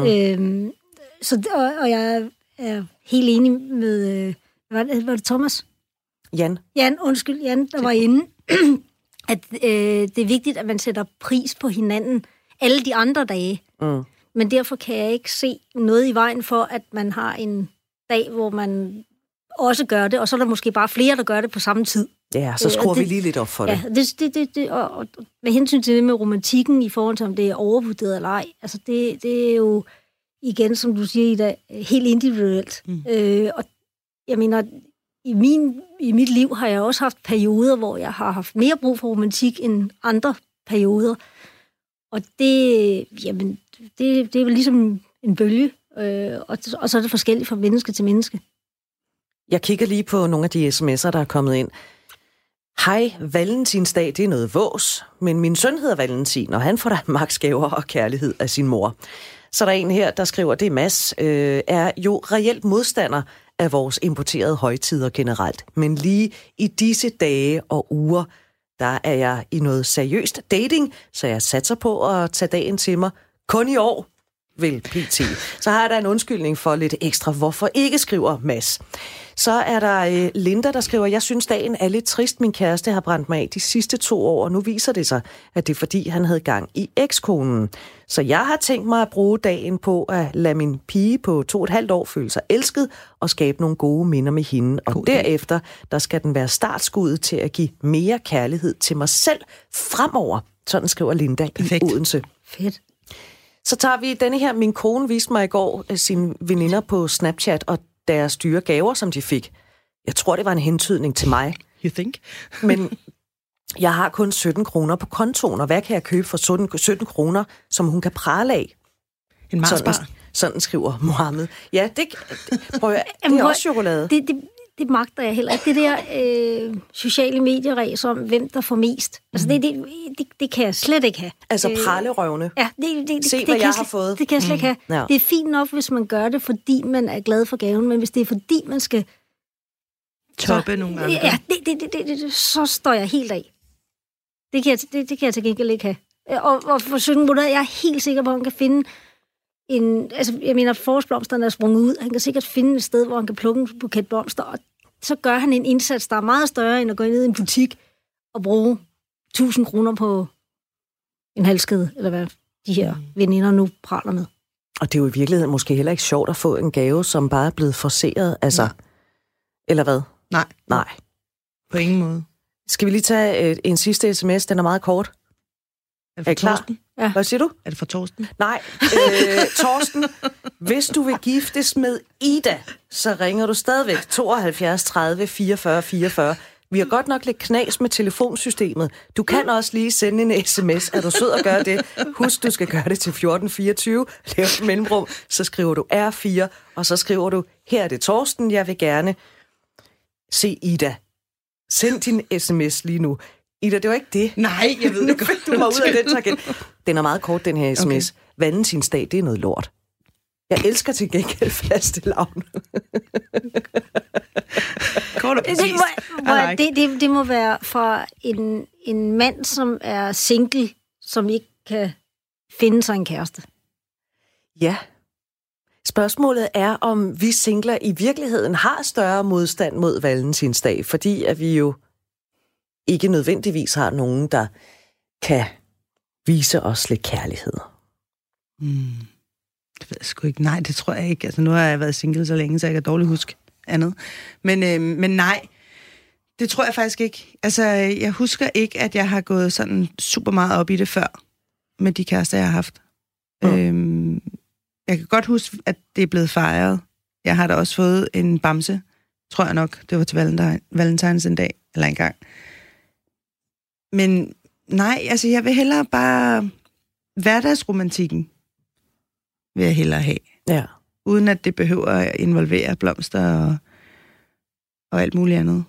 C: Og jeg er helt enig med... Var det Thomas?
A: Jan,
C: der var inde, at det er vigtigt, at man sætter pris på hinanden alle de andre dage. Men derfor kan jeg ikke se noget i vejen for, at man har en dag, hvor man også gør det, og så er der måske bare flere, der gør det på samme tid.
A: Ja, så skruer vi lige lidt op for det.
C: Ja, og med hensyn til det med romantikken, i forhold til, om det er overvurderet eller ej, altså det er jo, igen, som du siger, Ida, helt individuelt. Og jeg mener, i mit liv har jeg også haft perioder, hvor jeg har haft mere brug for romantik end andre perioder. Og det er vel ligesom en bølge, og så er det forskelligt fra menneske til menneske.
A: Jeg kigger lige på nogle af de sms'er, der er kommet ind. Hej, Valentinsdag, det er noget vås, men min søn hedder Valentin, og han får da maksgaver og kærlighed af sin mor. Så der er en her, der skriver, det Mads er jo reelt modstander af vores importerede højtider generelt. Men lige i disse dage og uger, der er jeg i noget seriøst dating, så jeg satser på at tage dagen til mig kun i år. vel pt. Så har jeg da en undskyldning for lidt ekstra. Hvorfor ikke, skriver Mads. Så er der Linda, der skriver, jeg synes, dagen er lidt trist. Min kæreste har brændt mig af de sidste 2 år, og nu viser det sig, at det er fordi, han havde gang i ekskonen. Så jeg har tænkt mig at bruge dagen på at lade min pige på 2,5 år føle sig elsket og skabe nogle gode minder med hende. Og derefter, der skal den være startskuddet til at give mere kærlighed til mig selv fremover. Sådan skriver Linda i Odense.
C: Fedt.
A: Så tager vi denne her. Min kone viste mig i går sine veninder på Snapchat og deres dyre gaver, som de fik. Jeg tror, det var en hentydning til mig.
B: You think?
A: Men jeg har kun 17 kroner på kontoen, og hvad kan jeg købe for 17 kroner, som hun kan prale af?
B: En Mars-bar.
A: Sådan skriver Mohammed. Ja, det er også chokolade.
C: Det magter jeg heller ikke. Det der sociale medieræs om, hvem der får mest. Altså, det kan jeg slet ikke have.
A: Altså pralerøvne.
C: Ja,
A: Se, hvad jeg har fået.
C: Det kan jeg slet ikke have. Ja. Det er fint nok, hvis man gør det, fordi man er glad for gaven, men hvis det er fordi, man skal
B: toppe nogle andre.
C: Ja, så står jeg helt af. Det kan jeg til gengæld ikke have. Og for 17 måneder, jeg er helt sikker på, at man kan finde jeg mener, forårsblomsterne er sprunget ud. Han kan sikkert finde et sted, hvor han kan plukke en buket blomster, og så gør han en indsats, der er meget større, end at gå ned i en butik og bruge 1.000 kroner på en halskæde, eller hvad de her veninder nu praler med.
A: Og det er jo i virkeligheden måske heller ikke sjovt at få en gave, som bare er blevet forceret, altså. Ja. Eller hvad? Nej.
B: På ingen måde.
A: Skal vi lige tage en sidste sms? Den er meget kort.
B: Er klar?
A: Ja. Hvad siger du?
B: Er det fra Torsten?
A: Nej, Torsten, hvis du vil giftes med Ida, så ringer du stadigvæk 72 30 44 44. Vi har godt nok lidt knas med telefonsystemet. Du kan også lige sende en sms. Er du sød at gøre det? Husk, du skal gøre det til 1424. Lav et mellemrum, så skriver du R4, og så skriver du, her er det Torsten, jeg vil gerne se Ida. Send din sms lige nu. Ida, det var ikke det.
B: Nej, jeg ved det godt.
A: Du var ud af den tangent. Den er meget kort, den her sms. Okay. Valentinsdag, det er noget lort. Jeg elsker til gengæld fastelavn.
B: Kort og præcis.
C: Det må være fra en mand, som er single, som ikke kan finde sig en kæreste.
A: Ja. Spørgsmålet er, om vi singler i virkeligheden har større modstand mod valentinsdag, fordi at vi jo ikke nødvendigvis har nogen, der kan vise os lidt kærlighed.
B: Det ved jeg sgu ikke. Nej, det tror jeg ikke. Altså, nu har jeg været single så længe, så jeg kan dårligt huske andet. Men nej, det tror jeg faktisk ikke. Altså, jeg husker ikke, at jeg har gået sådan super meget op i det før, med de kærester, jeg har haft. Jeg kan godt huske, at det er blevet fejret. Jeg har da også fået en bamse, tror jeg nok. Det var til Valentines en dag, eller en gang. Men nej, altså jeg vil hellere bare hverdagsromantikken vil jeg hellere have.
A: Ja.
B: Uden at det behøver at involvere blomster og alt muligt andet.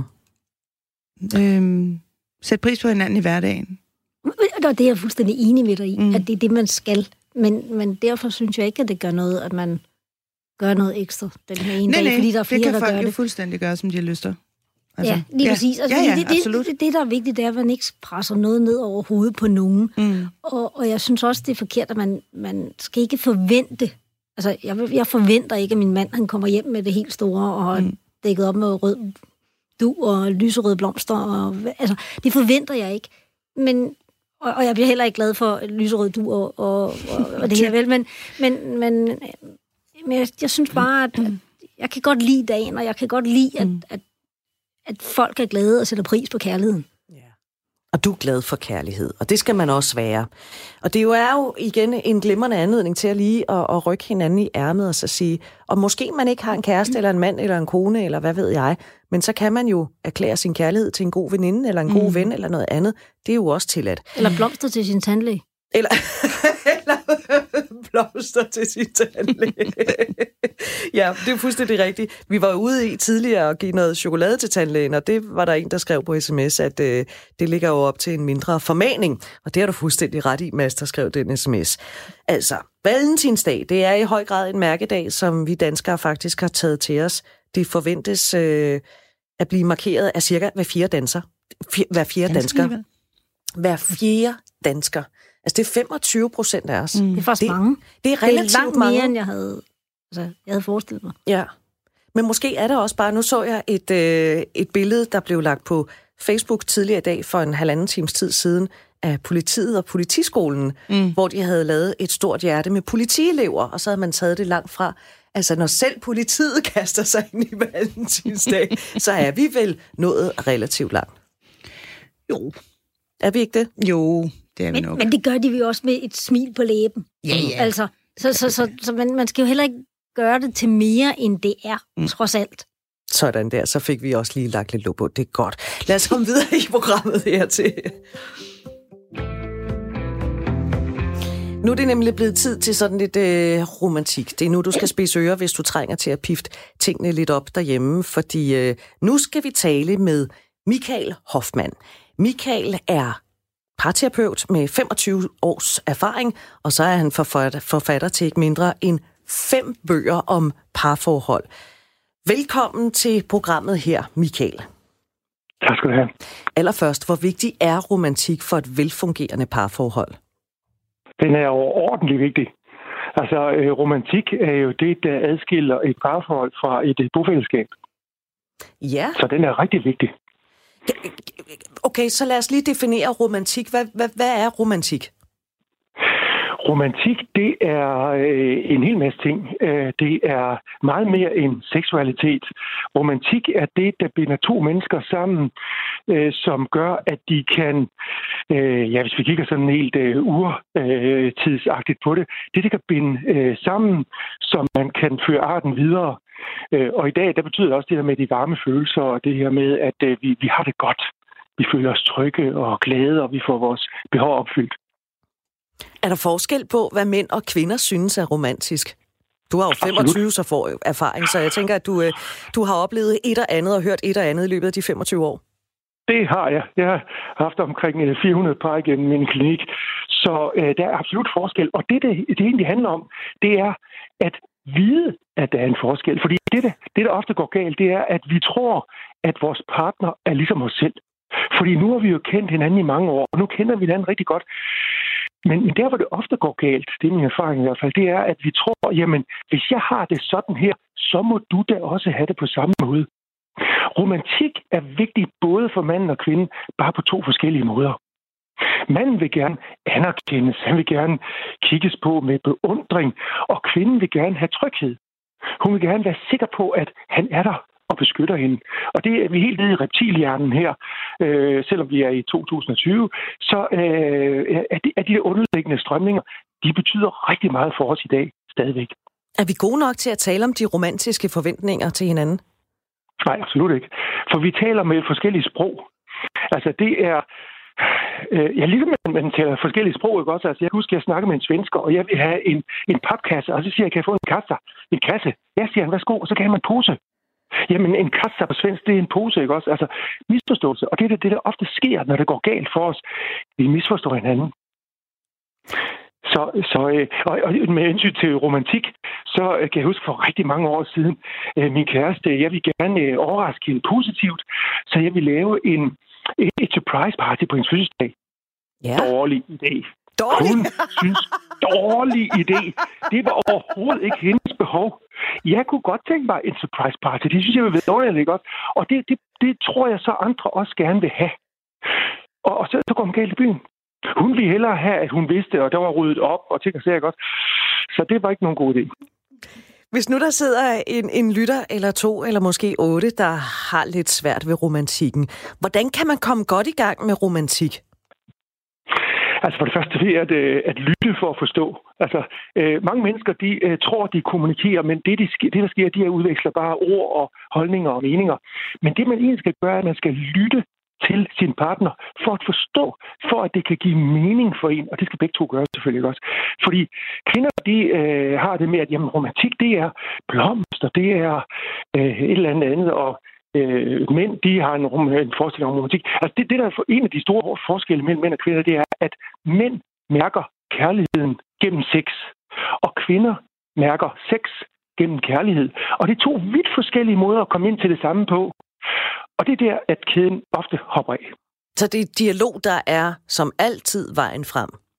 B: Sæt pris på hinanden i hverdagen.
C: Og det er jeg fuldstændig enig med dig i, at det er det, man skal. Men derfor synes jeg ikke, at det gør noget, at man gør noget ekstra den her ene dag, fordi der er flere, der gør det.
B: Det kan folk jo fuldstændig gøre, som de har lyst til.
C: Altså, ja, lige præcis. Altså, det, der er vigtigt, det er, at man ikke presser noget ned over hovedet på nogen. Og jeg synes også, det er forkert, at man skal ikke forvente. Altså, jeg forventer ikke, at min mand han kommer hjem med det helt store og har dækket op med rød du og lyserøde blomster. Altså, det forventer jeg ikke. Og jeg bliver heller ikke glad for lyserød du og det her vel. Men jeg synes bare, at jeg kan godt lide dagen, og jeg kan godt lide, at folk er glade og sætter pris på kærligheden.
A: Ja. Og du er glad for kærlighed, og det skal man også være. Og det er jo igen en glimrende anledning til at lige at rykke hinanden i ærmet og så sige, og måske man ikke har en kæreste eller en mand eller en kone eller hvad ved jeg, men så kan man jo erklære sin kærlighed til en god veninde eller en god ven eller noget andet. Det er jo også tilladt.
C: Eller blomster til sin tandlæge.
A: Eller blomster til sin tandlæge. Ja, det er fuldstændig rigtigt. Vi var ude i tidligere at give noget chokolade til tandlægen, og det var der en, der skrev på sms, at det ligger jo op til en mindre formaning. Og det har du fuldstændig ret i, Mads, der skrev den sms. Altså, Valentinsdag, det er i høj grad en mærkedag, som vi danskere faktisk har taget til os. Det forventes at blive markeret af cirka hver fjerde dansker. Hver fjerde dansker Altså, det er 25% af os.
C: Det er faktisk mange.
A: Det er relativt
C: langt
A: mange.
C: mere, end jeg havde forestillet mig.
A: Ja. Men måske er det også bare, nu så jeg et billede, der blev lagt på Facebook tidligere i dag for en 1,5 times tid siden af politiet og politiskolen, hvor de havde lavet et stort hjerte med politielever, og så havde man taget det langt fra. Altså, når selv politiet kaster sig ind i valentinsdag, så er vi vel nået relativt langt.
B: Jo.
A: Er vi ikke det?
B: Jo, det er vi nok.
C: Men det gør de jo også med et smil på læben.
B: Ja.
C: Altså, så man skal jo heller ikke gøre det til mere, end det er, trods alt.
A: Sådan der, så fik vi også lige lagt lidt låg på. Det er godt. Lad os komme videre i programmet hertil. Nu er det nemlig blevet tid til sådan lidt romantik. Det er nu, du skal spidse ører, hvis du trænger til at pifte tingene lidt op derhjemme, fordi nu skal vi tale med Michael Hoffmann. Michael er parterapeut med 25 års erfaring, og så er han forfatter til ikke mindre end 5 bøger om parforhold. Velkommen til programmet her, Michael.
K: Tak skal du have.
A: Allerførst, hvor vigtig er romantik for et velfungerende parforhold?
K: Den er overordentlig vigtig. Altså, romantik er jo det, der adskiller et parforhold fra et bofællesskab.
A: Ja.
K: Så den er rigtig vigtig.
A: Okay, så lad os lige definere romantik. Hvad er romantik?
K: Romantik, det er en hel masse ting. Det er meget mere end seksualitet. Romantik er det, der binder 2 mennesker sammen, som gør, at de kan, hvis vi kigger sådan helt urtidsagtigt på det, det kan binde sammen, så man kan føre arten videre. Og i dag, der betyder det også det her med de varme følelser, og det her med, at vi har det godt. Vi føler os trygge og glade, og vi får vores behov opfyldt.
A: Er der forskel på, hvad mænd og kvinder synes er romantisk? Du har jo 25 så får erfaring, så jeg tænker, at du har oplevet et og andet og hørt et og andet i løbet af de 25 år.
K: Det har jeg. Jeg har haft omkring 400 par igennem min klinik, så der er absolut forskel. Og det egentlig handler om, det er at vide, at der er en forskel. Fordi det, der ofte går galt, det er, at vi tror, at vores partner er ligesom os selv. Fordi nu har vi jo kendt hinanden i mange år, og nu kender vi hinanden rigtig godt. Men der, hvor det ofte går galt, det er min erfaring i hvert fald, det er, at vi tror, jamen, hvis jeg har det sådan her, så må du da også have det på samme måde. Romantik er vigtig både for manden og kvinden, bare på 2 forskellige måder. Manden vil gerne anerkendes, han vil gerne kigges på med beundring, og kvinden vil gerne have tryghed. Hun vil gerne være sikker på, at han er der og beskytter hende. Og det er vi helt nede i reptilhjernen her, selvom vi er i 2020, så er de underliggende strømninger, de betyder rigtig meget for os i dag, stadigvæk.
A: Er vi gode nok til at tale om de romantiske forventninger til hinanden?
K: Nej, absolut ikke. For vi taler med forskellige sprog. Altså det er... ligesom man taler forskellige sprog, ikke også? Altså jeg husker, at jeg snakker med en svensker, og jeg vil have en papkasse, og så siger jeg, kan jeg få en kasse? Ja, siger han, værsgo, og så kan jeg have en pose. Jamen, en kasse på svensk, det er en pose, ikke også? Altså, misforståelse. Og det er det, der ofte sker, når det går galt for os. Vi misforstår hinanden. Og med hensyn til romantik, så kan jeg huske for rigtig mange år siden, min kæreste, jeg vil gerne overraske hende positivt, så jeg vil lave et surprise party på hendes fødselsdag.
A: Ja.
K: Dårlig idé. Hun synes, dårlig idé. Det var overhovedet ikke hendes behov. Jeg kunne godt tænke mig en surprise party. Det synes jeg vil være dårligt godt. Og det tror jeg så andre også gerne vil have. Og så går hun galt i byen. Hun ville hellere have, at hun vidste, og der var ryddet op, og ting og sager godt. Så det var ikke nogen god idé.
A: Hvis nu der sidder en lytter eller 2, eller måske 8, der har lidt svært ved romantikken, hvordan kan man komme godt i gang med romantik?
K: Altså for det første ved at lytte for at forstå. Altså mange mennesker, de tror, de kommunikerer, men det der sker, de udveksler bare ord og holdninger og meninger. Men det man egentlig skal gøre, er, at man skal lytte til sin partner for at forstå, for at det kan give mening for en, og det skal begge to gøre selvfølgelig også. Fordi kvinder, de har det med, at jamen, romantik, det er blomster, det er et eller andet, og mænd, de har en forestilling om romantik. Altså det der er en af de store forskelle mellem mænd og kvinder, det er, at mænd mærker kærligheden gennem sex, og kvinder mærker sex gennem kærlighed. Og det er 2 vidt forskellige måder at komme ind til det samme på. Og det er der, at kæden ofte hopper af.
A: Så det er dialog, der er som altid vejen frem?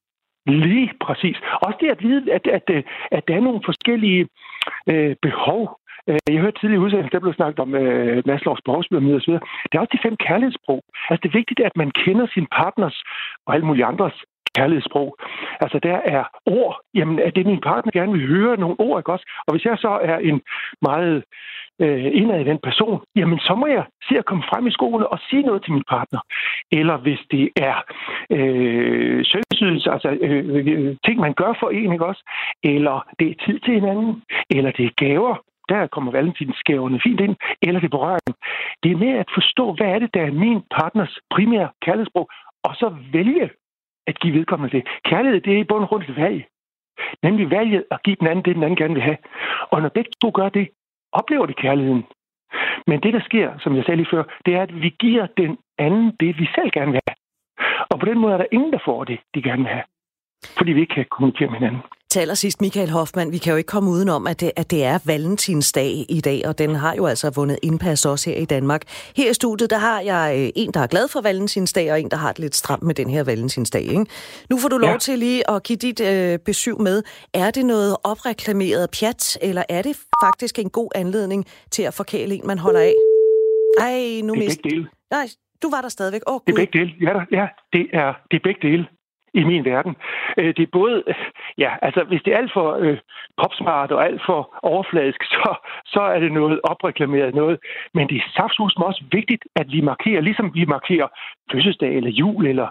K: Lige præcis. Også det at vide, at der er nogle forskellige behov. Jeg hørte tidligere i udsendelsen, der blev snakket om Maslows behovspyramide osv. Det er også de 5 kærlighedssprog. Altså det er vigtigt, at man kender sin partners og alle mulige andres kærlighedssprog. Altså der er ord. Jamen er det min partner gerne vil høre nogle ord, ikke også? Og hvis jeg så er en meget indadvendt person, jamen så må jeg se at komme frem i skoene og sige noget til min partner. Eller hvis det er serviceydelse, altså ting man gør for en, ikke også? Eller det er tid til hinanden, eller det er gaver. Der kommer valentinsgaverne fint ind, eller det berøring. Det er med at forstå, hvad er det, der er min partners primære kærlighedssprog, og så vælge at give vedkommende det. Kærlighed, det er i bund og grund et valg. Nemlig valget at give den anden det, den anden gerne vil have. Og når begge to gør det, oplever det kærligheden. Men det, der sker, som jeg sagde lige før, det er, at vi giver den anden det, vi selv gerne vil have. Og på den måde er der ingen, der får det, de gerne vil have. Fordi vi ikke kan kommunikere med hinanden.
A: Til allersidst, Michael Hoffmann, vi kan jo ikke komme udenom, at det er Valentinsdag i dag, og den har jo altså vundet indpas også her i Danmark. Her i studiet, der har jeg en, der er glad for Valentinsdag, og en, der har det lidt stramt med den her Valentinsdag. Ikke? Nu får du lov til lige at give dit besøg med. Er det noget opreklameret pjat, eller er det faktisk en god anledning til at forkæle en, man holder af? Ej, nu
K: mist. Det er begge dele.
A: Nej, du var der stadigvæk.
K: Det er begge dele. Ja, det er begge dele. I min verden. Det er både, altså hvis det er alt for popsmart og alt for overfladisk, så er det noget opreklameret noget. Men det er saftsusme også vigtigt, at vi markerer, ligesom vi markerer fødselsdag eller jul eller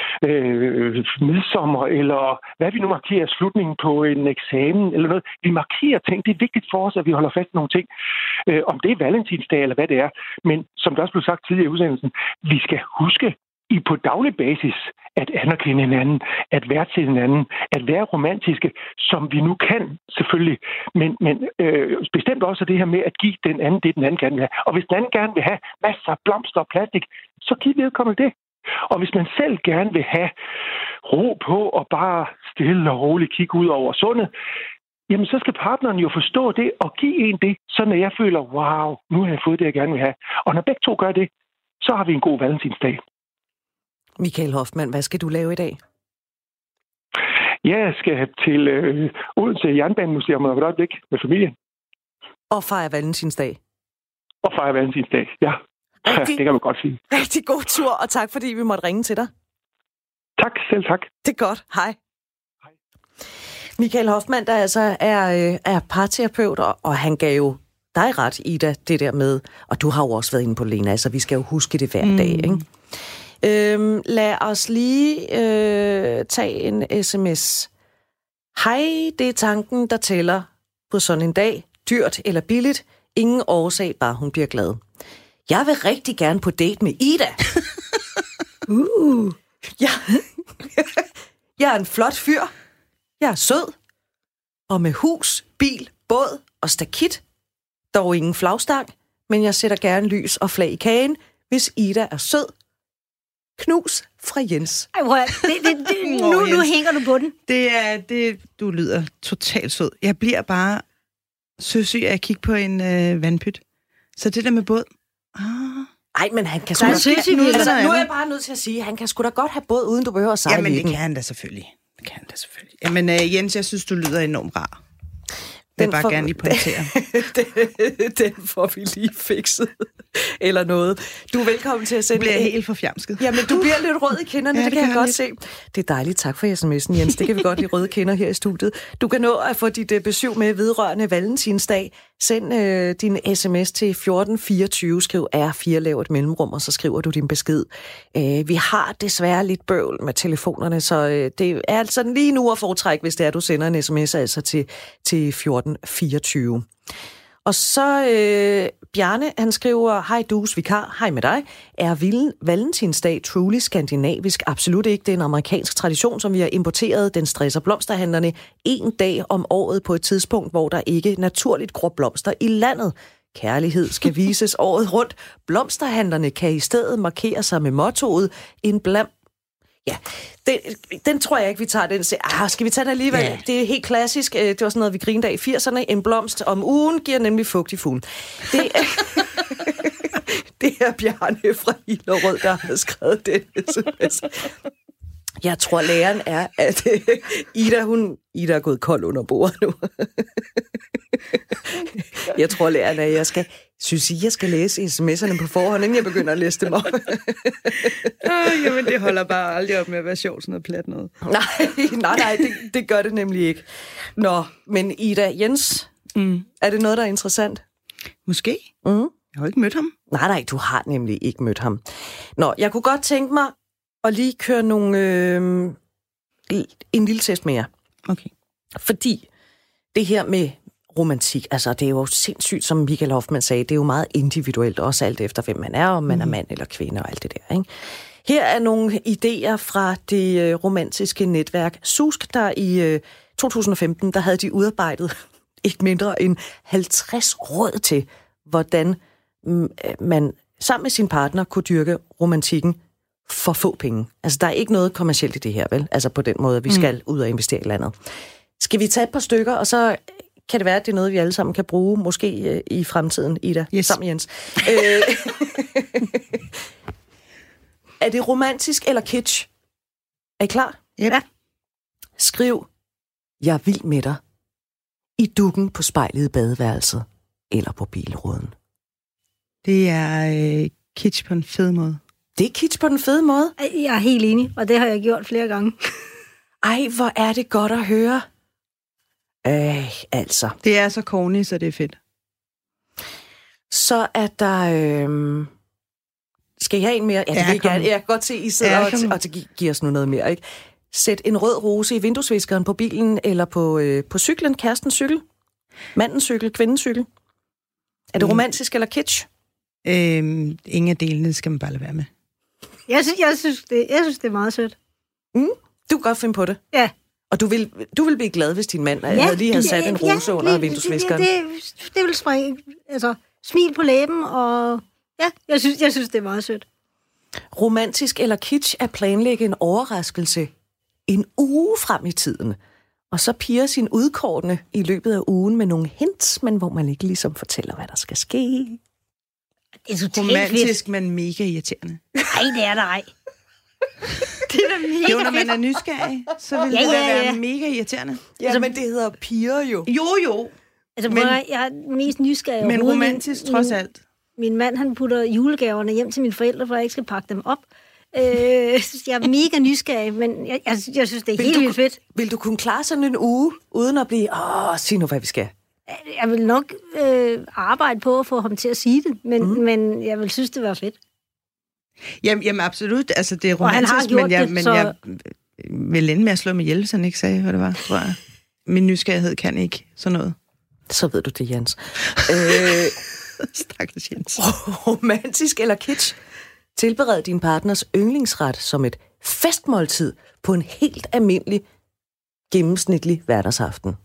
K: midsommer, eller hvad vi nu markerer, slutningen på en eksamen eller noget. Vi markerer ting. Det er vigtigt for os, at vi holder fast i nogle ting. Om det er valentinsdag eller hvad det er. Men som der også blev sagt tidligere i udsendelsen, vi skal huske på daglig basis at anerkende hinanden, at værdsætte hinanden, at være romantiske, som vi nu kan selvfølgelig, men bestemt også det her med at give den anden det, den anden gerne vil have. Og hvis den anden gerne vil have masser af blomster og plastik, så giv vedkommende det. Og hvis man selv gerne vil have ro på og bare stille og roligt kigge ud over sundet, jamen så skal partneren jo forstå det og give en det, så når jeg føler, wow, nu har jeg fået det, jeg gerne vil have. Og når begge to gør det, så har vi en god valentinsdag.
A: Michael Hoffmann, hvad skal du lave i dag?
K: Jeg skal til Odense Jernbanemuseum og et øjeblik med familien.
A: Og fejre valentinsdag?
K: Og fejre valentinsdag, ja. Det kan man godt sige.
A: Rigtig god tur, og tak fordi vi måtte ringe til dig.
K: Tak, selv tak.
A: Det er godt. Hej. Michael Hoffmann, der altså er parterapeut, og han gav jo dig ret, Ida, det der med, og du har jo også været inde på Lena, så vi skal jo huske det hver dag, ikke? Lad os lige tage en sms. Hej, det er tanken, der tæller på sådan en dag. Dyrt eller billigt. Ingen årsag, bare hun bliver glad. Jeg vil rigtig gerne på date med Ida. Jeg er en flot fyr. Jeg er sød. Og med hus, bil, båd og stakit. Dog ingen flagstang, men jeg sætter gerne lys og flag i kagen, hvis Ida er sød. Knus fra Jens.
C: Ej, nu hænger du på den.
B: Du lyder totalt sød. Jeg bliver bare søsyg af at kigge på en vandpyt. Så det der med båd.
A: Ej, men han kan sgu da... Nu er jeg bare nødt til at sige, han kan sgu da godt have båd, uden du behøver at sejle.
B: Jamen, det kan han da selvfølgelig. Jamen, Jens, jeg synes, du lyder enormt rar. Den bare gerne lige pointere.
A: Den får vi lige fikset. Eller noget. Du er velkommen til at sende...
B: Du bliver helt forfjamsket.
A: Jamen, du bliver lidt rød i kinderne, ja, det kan jeg godt se. Det er dejligt. Tak for sms'en, Jens. Det kan vi godt lide røde kinder her i studiet. Du kan nå at få dit besøg med vedrørende Valentinsdag. Send din sms til 1424. Skriv R4, lav et mellemrum, og så skriver du din besked. Vi har desværre lidt bøvl med telefonerne, så det er altså lige nu at foretrække, hvis det er, du sender en sms altså til 1424. Og så Bjarne, han skriver, hej dus vikar, hej med dig. Er Valentinsdag truly skandinavisk? Absolut ikke. Det er en amerikansk tradition, som vi har importeret. Den stresser blomsterhandlerne en dag om året på et tidspunkt, hvor der ikke naturligt gror blomster i landet. Kærlighed skal vises året rundt. Blomsterhandlerne kan i stedet markere sig med mottoet en blam. Ja, den tror jeg ikke, vi tager den. Skal vi tage den alligevel? Yeah. Det er helt klassisk. Det var sådan noget, vi grinede af i 80'erne. En blomst om ugen giver nemlig fugtig fugl. Det er Bjarne fra Hillerød, der har skrevet den sms. Jeg tror, læren er, at Ida er gået kold under bordet nu. Jeg tror, læren er, at jeg skal læse sms'erne på forhånd, inden jeg begynder at læse dem op.
B: Jamen, det holder bare aldrig op med at være sjovt, sådan noget plat noget.
A: Nej, det gør det nemlig ikke. Nå, men Ida, Jens, er det noget, der er interessant?
B: Måske. Jeg har ikke mødt ham.
A: Nej, du har nemlig ikke mødt ham. Nå, jeg kunne godt tænke mig at lige køre en lille test med jer.
B: Okay.
A: Fordi det her med romantik, altså det er jo sindssygt, som Michael Hoffmann sagde, det er jo meget individuelt, også alt efter, hvem man er, om man er mand eller kvinde og alt det der, ikke? Her er nogle idéer fra det romantiske netværk Susk, der i 2015, der havde de udarbejdet ikke mindre end 50 råd til, hvordan man sammen med sin partner kunne dyrke romantikken for få penge. Altså, der er ikke noget kommercielt i det her, vel? Altså på den måde, at vi skal ud og investere i landet. Skal vi tage et par stykker, og så kan det være, at det er noget, vi alle sammen kan bruge, måske i fremtiden, Ida, sammen med Jens. Er det romantisk eller kitsch? Er I klar?
B: Ja.
A: Skriv, jeg er vild med dig, i dukken på spejlet i badeværelset, eller på bilruden.
B: Det er kitsch på en fed måde.
A: Det er kitsch på den fede måde?
C: Jeg er helt enig, og det har jeg gjort flere gange.
A: Ej, hvor er det godt at høre. Altså.
B: Det er så corny, så det er fedt.
A: Så er der... Skal jeg have en mere? Ja, det vil jeg gerne. Jeg kan godt se, I sidder og giver os nu noget mere, ikke? Sæt en rød rose i vinduesviskeren på bilen, eller på cyklen, kærestens cykel. Mandens cykel, kvindens cykel. Er det romantisk eller kitsch?
B: Ingen af delene skal man bare lade være med.
C: Jeg synes, det er meget sødt.
A: Du kan godt finde på det.
C: Ja.
A: Og du vil blive glad, hvis din mand lige havde sat en rose under vinduesviskeren.
C: Det vil springe. Altså, smil på læben, og ja, jeg synes, det er meget sødt.
A: Romantisk eller kitsch at planlægge en overraskelse en uge frem i tiden, og så pirre sin udkårne i løbet af ugen med nogle hints, men hvor man ikke ligesom fortæller, hvad der skal ske.
C: Det er totalt
B: romantisk, men mega irriterende.
C: Nej, det er der ej.
B: Det er da mega jo, når man er nysgerrig, så vil det være mega irriterende.
A: Ja, altså, men det hedder pirre jo.
B: Jo.
C: Altså, men, jeg er mest nysgerrig.
B: Men romantisk trods alt.
C: Min mand, han putter julegaverne hjem til mine forældre, for jeg ikke skal pakke dem op. Jeg er mega nysgerrig, men jeg synes, det er helt vildt fedt.
A: Vil du kunne klare sådan en uge, uden at blive, sig nu, hvad vi skal?
C: Jeg vil nok arbejde på at få ham til at sige det, men jeg vil synes, det var fedt.
B: Jamen absolut, altså det er romantisk, men jeg vil ende med at slå mig ihjel, hvis han ikke sagde, hvad det var, tror jeg. Min nysgerrighed kan ikke sådan noget.
A: Så ved du det, Jens.
B: Stakkels Jens.
A: Romantisk eller kitsch? Tilbered din partners yndlingsret som et festmåltid på en helt almindelig, gennemsnitlig hverdagsaften.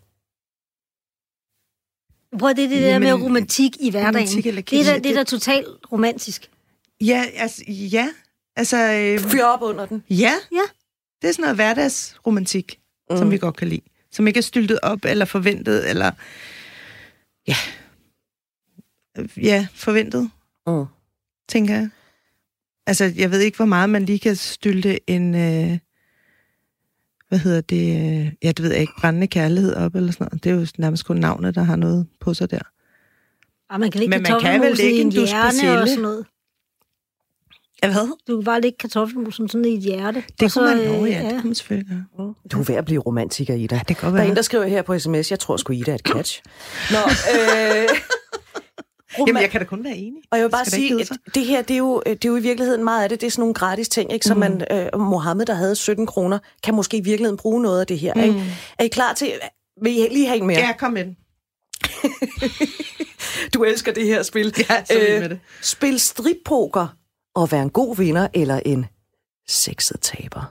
C: Prøv det der med romantik i hverdagen. Det er da totalt romantisk.
B: Ja.
A: Fyr op under den.
B: Ja. Det er sådan noget hverdagsromantik, som vi godt kan lide. Som ikke er styltet op, eller forventet, eller... Ja, forventet, tænker jeg. Altså, jeg ved ikke, hvor meget man lige kan stylte en... det ved jeg ikke, brændende kærlighed op, eller sådan noget. Det er jo nærmest kun navnet, der har noget på sig der.
C: Og man kan lægge kartoffelmus i en hjerne og sådan noget.
B: Ja, hvad?
C: Du kan bare lægge kartoffelmusen sådan i et hjerte.
B: Det kunne man det kunne man selvfølgelig.
A: Du er ved at blive romantiker, Ida.
B: Ja, det kan
A: der er en, der skriver her på sms, jeg tror sgu, Ida er et catch. Nå,
B: jamen, jeg kan da kun være enig.
A: Og jeg vil bare sige, at det her, det er jo i virkeligheden meget af det. Det er sådan nogle gratis ting, ikke? Som Mohammed, der havde 17 kroner, kan måske i virkeligheden bruge noget af det her. Ikke? Er I klar til... Vil I lige have en mere?
B: Ja, kom med den.
A: Du elsker det her spil.
B: Ja, så vild med det.
A: Spil strippoker og vær en god vinder eller en sexet taber.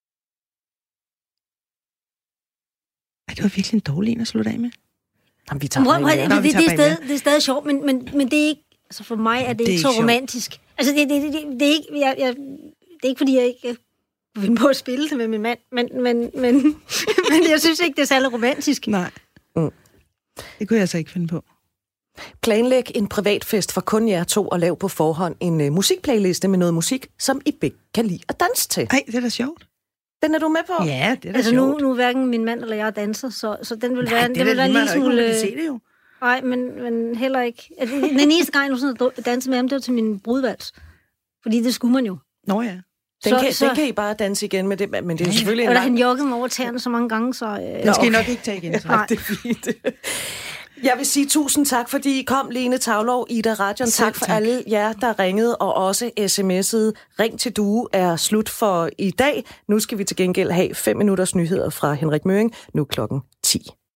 B: Det var virkelig en dårlig en at slutte af med.
A: Jamen, vi tager
C: det er stadig sjovt, men det er ikke... Altså for mig er det ikke så romantisk. Altså det er ikke... det er ikke, fordi jeg ikke vil finde på at spille det med min mand, men jeg synes ikke, det er særlig romantisk.
B: Nej. Det kunne jeg så ikke finde på.
A: Planlæg en privatfest for kun jer to og lav på forhånd en musikplayliste med noget musik, som I begge kan lide at danse til.
B: Ej, det er da sjovt.
A: Den er du med på?
B: Ja, det er da
C: altså
B: sjovt.
C: Nu hverken min mand eller jeg danser, så den vil være,
B: det
C: den vil være en lille smule...
B: kan se det jo.
C: Nej, men heller ikke. Altså, den eneste gang, jeg nu dansede med ham, det var til min brudvals. Fordi det skulle man jo.
B: Nå ja.
A: Den kan I bare danse igen med det, men det er jo selvfølgelig en lang...
C: Han joggede mig over tæerne så mange gange, så...
B: Den skal I nok ikke tage igen.
A: Nej, det er fint. Jeg vil sige tusind tak, fordi I kom, Lene Tavlov, Ida Radion. Tak for alle jer, der ringede, og også sms'ede. Ring til Due er slut for i dag. Nu skal vi til gengæld have 5 minutters nyheder fra Henrik Møring. Nu klokken 10.